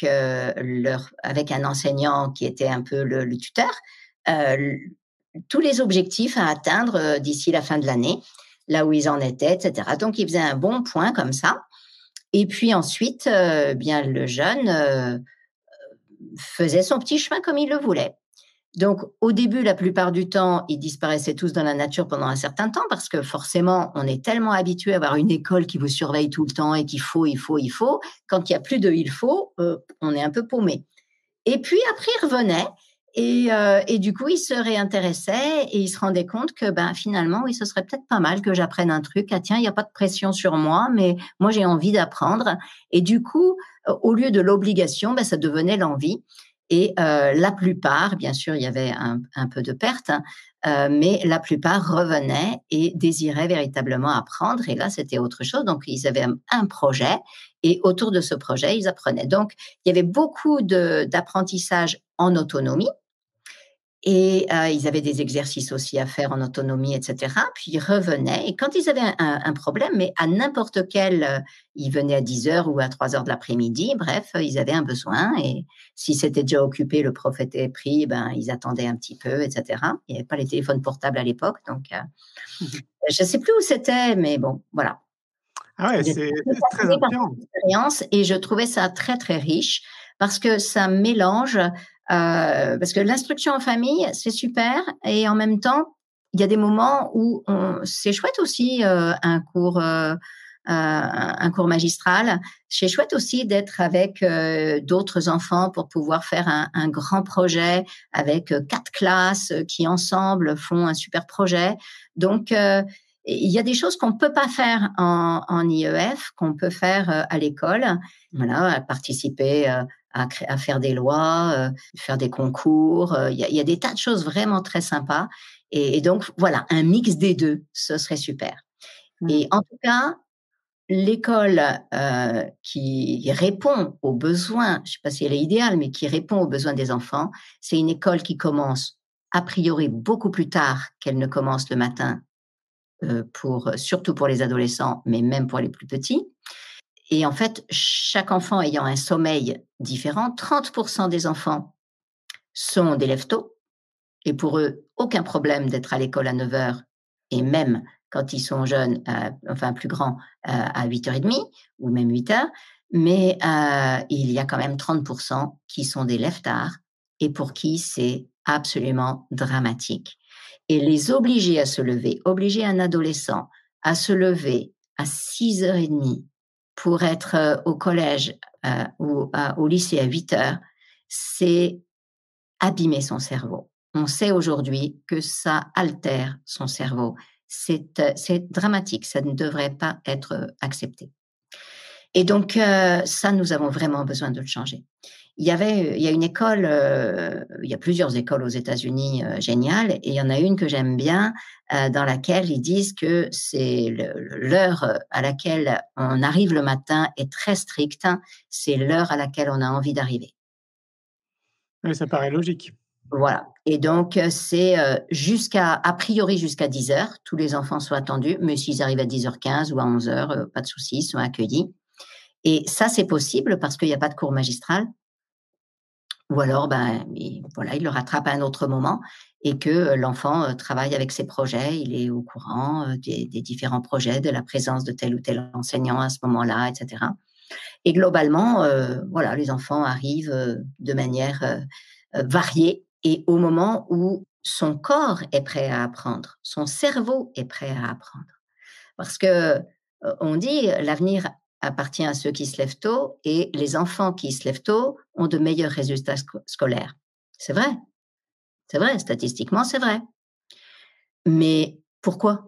un enseignant qui était un peu le tuteur, tous les objectifs à atteindre d'ici la fin de l'année, là où ils en étaient, etc. Donc, ils faisaient un bon point comme ça. Et puis ensuite, bien le jeune faisait son petit chemin comme il le voulait. Donc, au début, la plupart du temps, ils disparaissaient tous dans la nature pendant un certain temps parce que forcément, on est tellement habitué à avoir une école qui vous surveille tout le temps et qu'il faut. Quand il n'y a plus de il faut, on est un peu paumé. Et puis après, ils revenaient et du coup, ils se réintéressaient et ils se rendaient compte que finalement, oui, ce serait peut-être pas mal que j'apprenne un truc. Ah tiens, il n'y a pas de pression sur moi, mais moi, j'ai envie d'apprendre. Et du coup, au lieu de l'obligation, ça devenait l'envie. Et la plupart, bien sûr, il y avait un peu de perte, mais la plupart revenaient et désiraient véritablement apprendre. Et là, c'était autre chose. Donc, ils avaient un projet et autour de ce projet, ils apprenaient. Donc, il y avait beaucoup d'apprentissage en autonomie. Et ils avaient des exercices aussi à faire en autonomie, etc. Puis ils revenaient. Et quand ils avaient un problème, mais à n'importe quel, ils venaient à 10h ou à 3h de l'après-midi, bref, ils avaient un besoin. Et si c'était déjà occupé, le prof était pris, ils attendaient un petit peu, etc. Il n'y avait pas les téléphones portables à l'époque. Donc, je ne sais plus où c'était, mais bon, voilà. Ah ouais, c'est très inspirant. Et je trouvais ça très, très riche parce que ça mélange... parce que l'instruction en famille, c'est super, et en même temps, il y a des moments où c'est chouette aussi un cours magistral. C'est chouette aussi d'être avec d'autres enfants pour pouvoir faire un grand projet avec 4 classes qui ensemble font un super projet. Donc, il y a des choses qu'on ne peut pas faire en IEF, qu'on peut faire à l'école. Voilà, à participer à faire des lois, faire des concours. Il y a des tas de choses vraiment très sympas. Et donc, voilà, un mix des deux, ce serait super. Et en tout cas, l'école qui répond aux besoins, je ne sais pas si elle est idéale, mais qui répond aux besoins des enfants, c'est une école qui commence a priori beaucoup plus tard qu'elle ne commence le matin, surtout pour les adolescents, mais même pour les plus petits. Et en fait, chaque enfant ayant un sommeil différent, 30% des enfants sont des lève-tôt, et pour eux, aucun problème d'être à l'école à 9h, et même quand ils sont jeunes, enfin plus grands, à 8h30 ou même 8h. Mais il y a quand même 30% qui sont des lève-tard et pour qui c'est absolument dramatique. Et les obliger à se lever, obliger un adolescent à se lever à 6h30 pour être au collège ou au lycée à 8h, c'est abîmer son cerveau. On sait aujourd'hui que ça altère son cerveau. C'est dramatique, ça ne devrait pas être accepté. Et donc, ça, nous avons vraiment besoin de le changer. Il y a une école, il y a plusieurs écoles aux États-Unis géniales, et il y en a une que j'aime bien, dans laquelle ils disent que c'est l'heure à laquelle on arrive le matin est très stricte, c'est l'heure à laquelle on a envie d'arriver. Oui, ça paraît logique. Voilà. Et donc, c'est a priori jusqu'à 10h, tous les enfants sont attendus, mais s'ils arrivent à 10h15 ou à 11h, pas de souci, ils sont accueillis. Et ça, c'est possible parce qu'il n'y a pas de cours magistral. Ou alors, il le rattrape à un autre moment et que l'enfant travaille avec ses projets, il est au courant des différents projets, de la présence de tel ou tel enseignant à ce moment-là, etc. Et globalement, les enfants arrivent de manière variée et au moment où son corps est prêt à apprendre, son cerveau est prêt à apprendre. Parce que on dit l'avenir appartient à ceux qui se lèvent tôt et les enfants qui se lèvent tôt ont de meilleurs résultats scolaires. C'est vrai, statistiquement, c'est vrai. Mais pourquoi?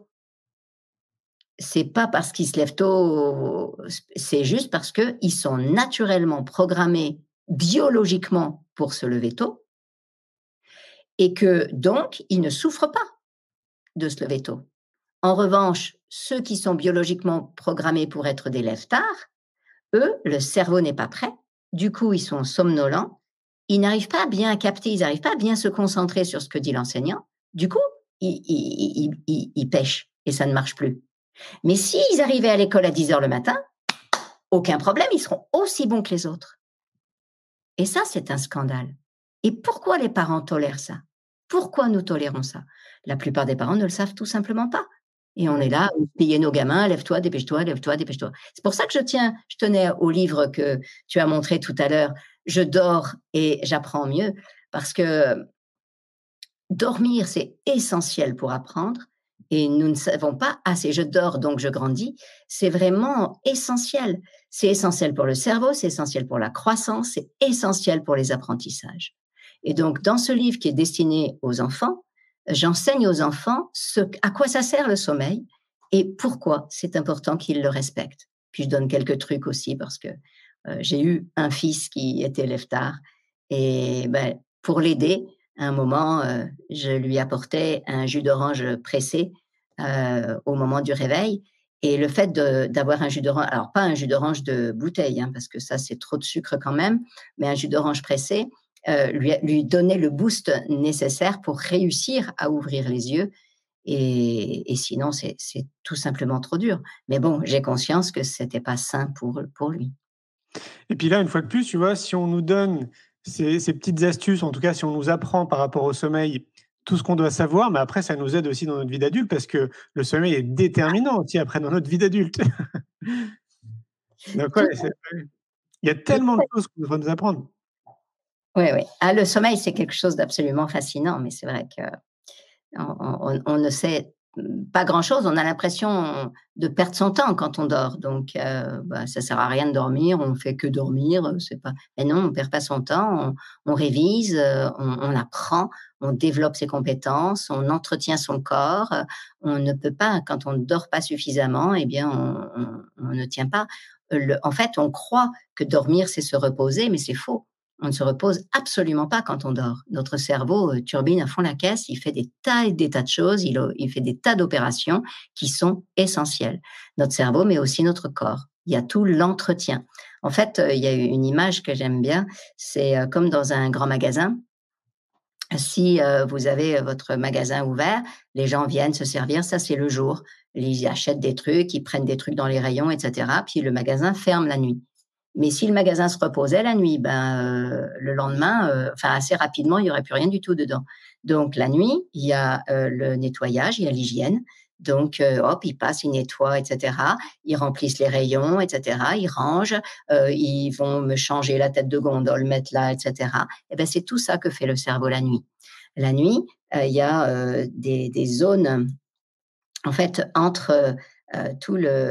C'est pas parce qu'ils se lèvent tôt, c'est juste parce qu'ils sont naturellement programmés biologiquement pour se lever tôt et que donc ils ne souffrent pas de se lever tôt. En revanche, ceux qui sont biologiquement programmés pour être des lève-tard, eux, le cerveau n'est pas prêt. Du coup, ils sont somnolents. Ils n'arrivent pas à bien capter, ils n'arrivent pas à bien se concentrer sur ce que dit l'enseignant. Du coup, ils pêchent et ça ne marche plus. Mais s'ils arrivaient à l'école à 10h le matin, aucun problème, ils seront aussi bons que les autres. Et ça, c'est un scandale. Et pourquoi les parents tolèrent ça? Pourquoi nous tolérons ça? La plupart des parents ne le savent tout simplement pas. Et on est là, on paye nos gamins, lève-toi, dépêche-toi, lève-toi, dépêche-toi. C'est pour ça que je tenais au livre que tu as montré tout à l'heure, Je dors et j'apprends mieux, parce que dormir, c'est essentiel pour apprendre, et nous ne savons pas assez. Je dors, donc je grandis. C'est vraiment essentiel. C'est essentiel pour le cerveau, c'est essentiel pour la croissance, c'est essentiel pour les apprentissages. Et donc, dans ce livre qui est destiné aux enfants, j'enseigne aux enfants à quoi ça sert le sommeil et pourquoi c'est important qu'ils le respectent. Puis je donne quelques trucs aussi parce que j'ai eu un fils qui était lève-tard et pour l'aider, à un moment, je lui apportais un jus d'orange pressé au moment du réveil. Et le fait d'avoir un jus d'orange, alors pas un jus d'orange de bouteille, parce que ça c'est trop de sucre quand même, mais un jus d'orange pressé, lui donner le boost nécessaire pour réussir à ouvrir les yeux. Et sinon, c'est tout simplement trop dur. Mais bon, j'ai conscience que ce n'était pas sain pour lui. Et puis là, une fois de plus, tu vois, si on nous donne ces petites astuces, en tout cas, si on nous apprend par rapport au sommeil tout ce qu'on doit savoir, mais après, ça nous aide aussi dans notre vie d'adulte parce que le sommeil est déterminant aussi après dans notre vie d'adulte. Donc, il y a tellement de choses qu'on devrait nous apprendre. Oui. Le sommeil, c'est quelque chose d'absolument fascinant, mais c'est vrai qu'on ne sait pas grand-chose. On a l'impression de perdre son temps quand on dort. Donc, ça sert à rien de dormir. On fait que dormir. C'est pas. Mais non, on perd pas son temps. On révise, on apprend, on développe ses compétences, on entretient son corps. On ne peut pas, quand on ne dort pas suffisamment, eh bien, on ne tient pas. En fait, on croit que dormir, c'est se reposer, mais c'est faux. On ne se repose absolument pas quand on dort. Notre cerveau turbine à fond la caisse, il fait des tas et des tas de choses, il fait des tas d'opérations qui sont essentielles. Notre cerveau, mais aussi notre corps. Il y a tout l'entretien. En fait, il y a une image que j'aime bien, c'est comme dans un grand magasin. Si vous avez votre magasin ouvert, les gens viennent se servir, ça c'est le jour. Ils achètent des trucs, ils prennent des trucs dans les rayons, etc. Puis le magasin ferme la nuit. Mais si le magasin se reposait la nuit, le lendemain, assez rapidement, il n'y aurait plus rien du tout dedans. Donc la nuit, il y a le nettoyage, il y a l'hygiène. Donc ils passent, ils nettoient, etc. Ils remplissent les rayons, etc. Ils rangent, ils vont me changer la tête de gondole, mettre là, etc. Et ben c'est tout ça que fait le cerveau la nuit. La nuit, il y a des zones, en fait, entre tout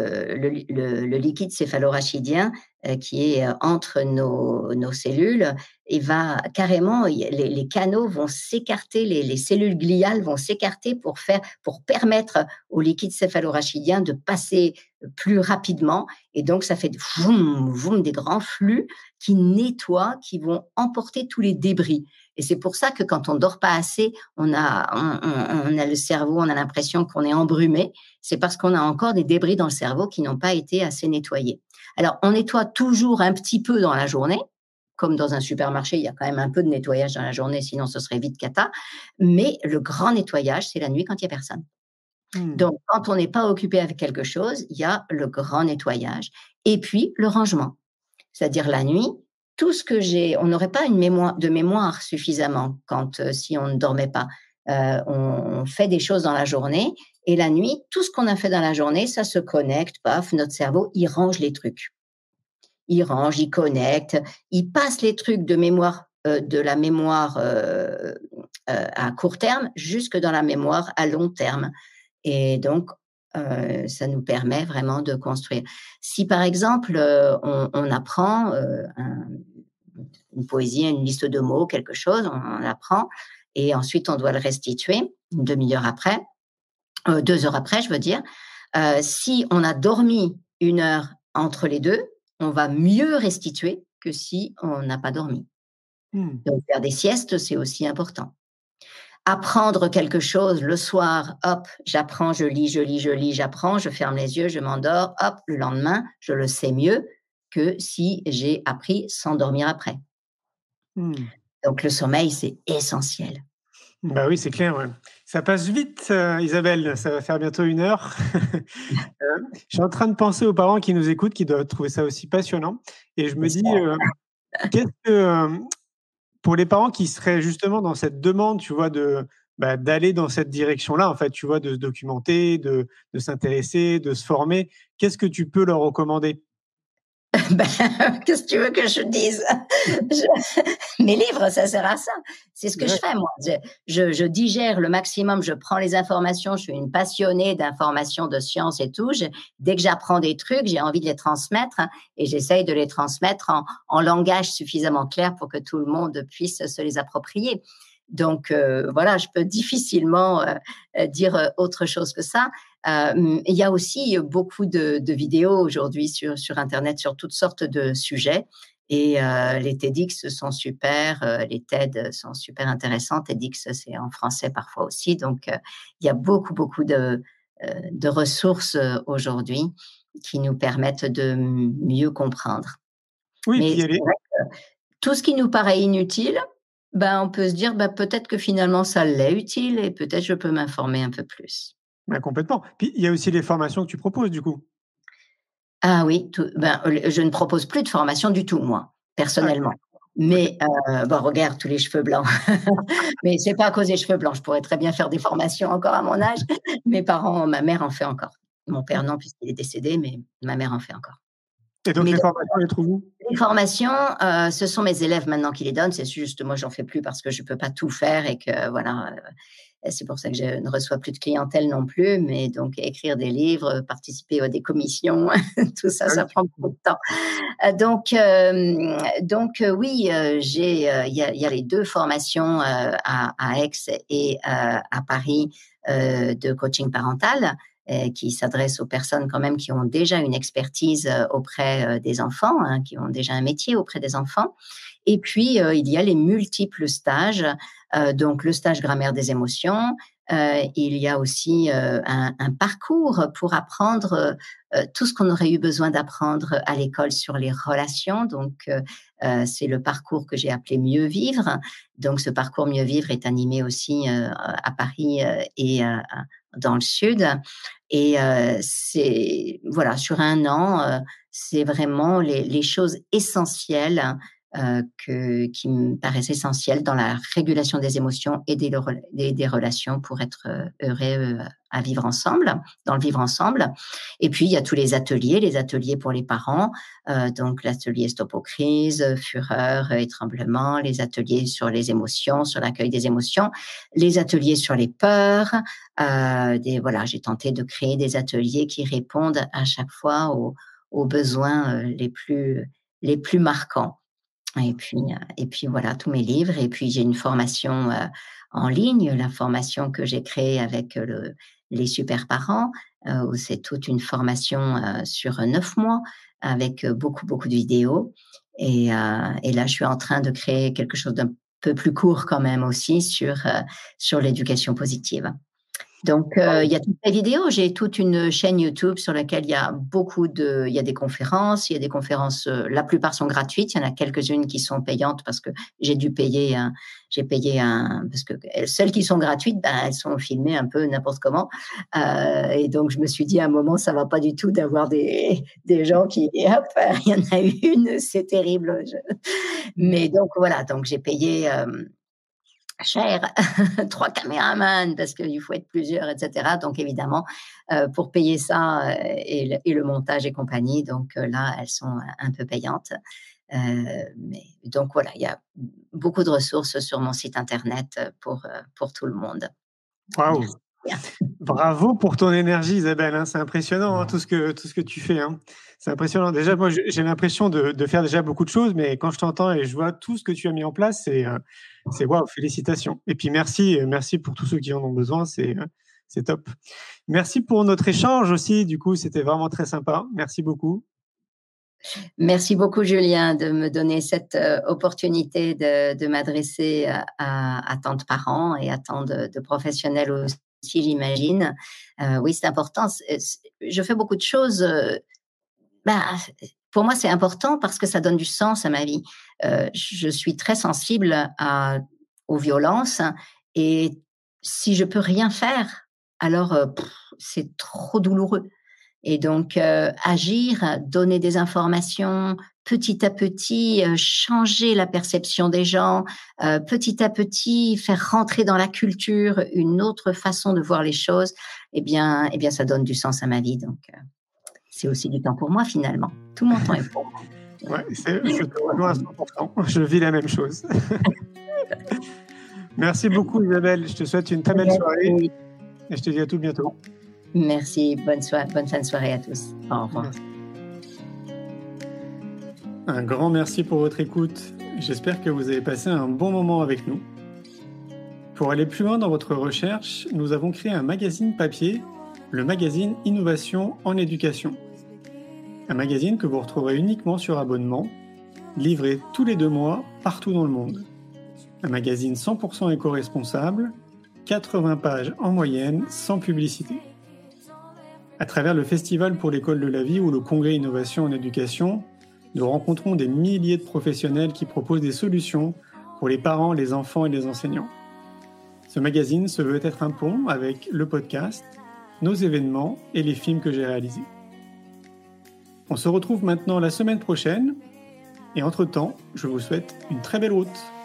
le liquide céphalorachidien qui est entre nos cellules, et va carrément, les canaux vont s'écarter, les cellules gliales vont s'écarter pour permettre au liquide céphalorachidien de passer plus rapidement, et donc ça fait vroom, vroom, des grands flux qui nettoient, qui vont emporter tous les débris. Et c'est pour ça que quand on dort pas assez, on a le cerveau, on a l'impression qu'on est embrumé. C'est parce qu'on a encore des débris dans le cerveau qui n'ont pas été assez nettoyés. Alors, on nettoie toujours un petit peu dans la journée. Comme dans un supermarché, il y a quand même un peu de nettoyage dans la journée, sinon ce serait vite cata. Mais le grand nettoyage, c'est la nuit quand il n'y a personne. Donc, quand on n'est pas occupé avec quelque chose, il y a le grand nettoyage. Et puis, le rangement. C'est-à-dire la nuit, tout ce que on n'aurait pas une mémoire suffisamment si on ne dormait pas. On fait des choses dans la journée, et la nuit, tout ce qu'on a fait dans la journée, ça se connecte, paf, notre cerveau, il range les trucs. Il range, il connecte, il passe les trucs de la mémoire à court terme jusque dans la mémoire à long terme. Et donc, ça nous permet vraiment de construire. Si, par exemple, on apprend une poésie, une liste de mots, quelque chose, on apprend, et ensuite, on doit le restituer une demi-heure après, 2 heures après, je veux dire. Si on a dormi 1 heure entre les deux, on va mieux restituer que si on n'a pas dormi. Donc, faire des siestes, c'est aussi important. Apprendre quelque chose le soir, hop, j'apprends, je lis, j'apprends, je ferme les yeux, je m'endors, hop, le lendemain, je le sais mieux que si j'ai appris sans dormir après. Donc, le sommeil, c'est essentiel. Bah oui, c'est clair. Ouais. Ça passe vite, Isabelle. Ça va faire bientôt 1 heure. Je suis en train de penser aux parents qui nous écoutent, qui doivent trouver ça aussi passionnant. Et je me dis, qu'est-ce que, pour les parents qui seraient justement dans cette demande, tu vois, d'aller dans cette direction-là, en fait, tu vois, de se documenter, de s'intéresser, de se former, qu'est-ce que tu peux leur recommander? Qu'est-ce que tu veux que je dise? Mes livres, ça sert à ça. C'est ce que je fais, moi. Je digère le maximum, je prends les informations, je suis une passionnée d'informations, de sciences et tout. Dès que j'apprends des trucs, j'ai envie de les transmettre, et j'essaye de les transmettre en langage suffisamment clair pour que tout le monde puisse se les approprier. Donc, voilà, je peux difficilement dire autre chose que ça. Il y a aussi beaucoup de vidéos aujourd'hui sur Internet sur toutes sortes de sujets. Et les TEDx sont super, les TED sont super intéressants. TEDx, c'est en français parfois aussi. Donc, il y a beaucoup de ressources aujourd'hui qui nous permettent de mieux comprendre. Oui, mais c'est vrai que tout ce qui nous paraît inutile, on peut se dire peut-être que finalement ça l'est utile, et peut-être je peux m'informer un peu plus. Complètement. Puis il y a aussi les formations que tu proposes du coup. Ah oui, je ne propose plus de formation du tout, moi, personnellement. Mais regarde tous les cheveux blancs. Mais c'est pas à cause des cheveux blancs. Je pourrais très bien faire des formations encore à mon âge. Mes parents, ma mère en fait encore. Mon père non, puisqu'il est décédé, mais ma mère en fait encore. Et donc, les formations, les trouvez-vous ? Les formations, ce sont mes élèves maintenant qui les donnent. C'est juste, moi, j'en fais plus parce que je peux pas tout faire et que, voilà, c'est pour ça que je ne reçois plus de clientèle non plus. Mais donc, écrire des livres, participer à des commissions, tout ça, ça prend beaucoup de temps. Oui, il y a les 2 formations à Aix et à Paris de coaching parental qui s'adressent aux personnes quand même qui ont déjà une expertise auprès des enfants, hein, qui ont déjà un métier auprès des enfants. Et puis, il y a les multiples stages, donc le stage grammaire des émotions. Il y a aussi un parcours pour apprendre tout ce qu'on aurait eu besoin d'apprendre à l'école sur les relations. Donc, c'est le parcours que j'ai appelé Mieux vivre. Donc, ce parcours Mieux vivre est animé aussi à Paris et dans le Sud. Et c'est, voilà, sur 1 an, c'est vraiment les choses essentielles qui me paraissent essentielles dans la régulation des émotions et des relations pour être heureux à vivre ensemble, dans le vivre ensemble. Et puis, il y a tous les ateliers pour les parents, donc l'atelier Stop aux crises, fureur et tremblement, les ateliers sur les émotions, sur l'accueil des émotions, les ateliers sur les peurs. Voilà, j'ai tenté de créer des ateliers qui répondent à chaque fois aux besoins les plus marquants. Et puis voilà, tous mes livres. Et puis j'ai une formation en ligne, la formation que j'ai créée avec les super parents, où c'est toute une formation sur 9 mois avec beaucoup de vidéos. Et là, je suis en train de créer quelque chose d'un peu plus court quand même aussi sur l'éducation positive. Donc, il y a toutes les vidéos. J'ai toute une chaîne YouTube sur laquelle il y a il y a des conférences. Il y a des conférences, la plupart sont gratuites. Il y en a quelques-unes qui sont payantes parce que j'ai payé parce que celles qui sont gratuites, elles sont filmées un peu n'importe comment. Et donc, je me suis dit à un moment, ça va pas du tout d'avoir des gens qui, hop, il y en a une, c'est terrible. Mais donc, voilà. Donc, j'ai payé, cher, 3 caméramans parce qu'il faut être plusieurs, etc. Donc évidemment, pour payer ça et le montage et compagnie, donc là, elles sont un peu payantes. Mais donc voilà, il y a beaucoup de ressources sur mon site internet pour tout le monde. Waouh! Bravo pour ton énergie, Isabelle. Hein, c'est impressionnant tout ce que tu fais. Hein. C'est impressionnant. Déjà, moi, j'ai l'impression de faire déjà beaucoup de choses, mais quand je t'entends et je vois tout ce que tu as mis en place, c'est waouh, félicitations. Et puis merci pour tous ceux qui en ont besoin. C'est top. Merci pour notre échange aussi. Du coup, c'était vraiment très sympa. Merci beaucoup. Merci beaucoup, Julien, de me donner cette opportunité de m'adresser à tant de parents et à tant de professionnels aussi, j'imagine. Oui, c'est important. Je fais beaucoup de choses. Pour moi, c'est important parce que ça donne du sens à ma vie. Je suis très sensible aux violences et si je peux rien faire, alors c'est trop douloureux. Et donc, agir, donner des informations, petit à petit, changer la perception des gens, petit à petit, faire rentrer dans la culture une autre façon de voir les choses, eh bien, ça donne du sens à ma vie. Donc, c'est aussi du temps pour moi, finalement. Tout mon temps est pour moi. Ouais, je te rejoins à 100%. Je vis la même chose. Merci beaucoup, Isabelle. Je te souhaite une très belle soirée. Et je te dis à tout bientôt. Merci. Bonne fin de soirée à tous. Au revoir. Merci. Un grand merci pour votre écoute. J'espère que vous avez passé un bon moment avec nous. Pour aller plus loin dans votre recherche, nous avons créé un magazine papier, le magazine Innovation en éducation. Un magazine que vous retrouverez uniquement sur abonnement, livré tous les 2 mois partout dans le monde. Un magazine 100% éco-responsable, 80 pages en moyenne, sans publicité. À travers le Festival pour l'école de la vie ou le Congrès Innovation en éducation, nous rencontrons des milliers de professionnels qui proposent des solutions pour les parents, les enfants et les enseignants. Ce magazine se veut être un pont avec le podcast, nos événements et les films que j'ai réalisés. On se retrouve maintenant la semaine prochaine et entre-temps, je vous souhaite une très belle route.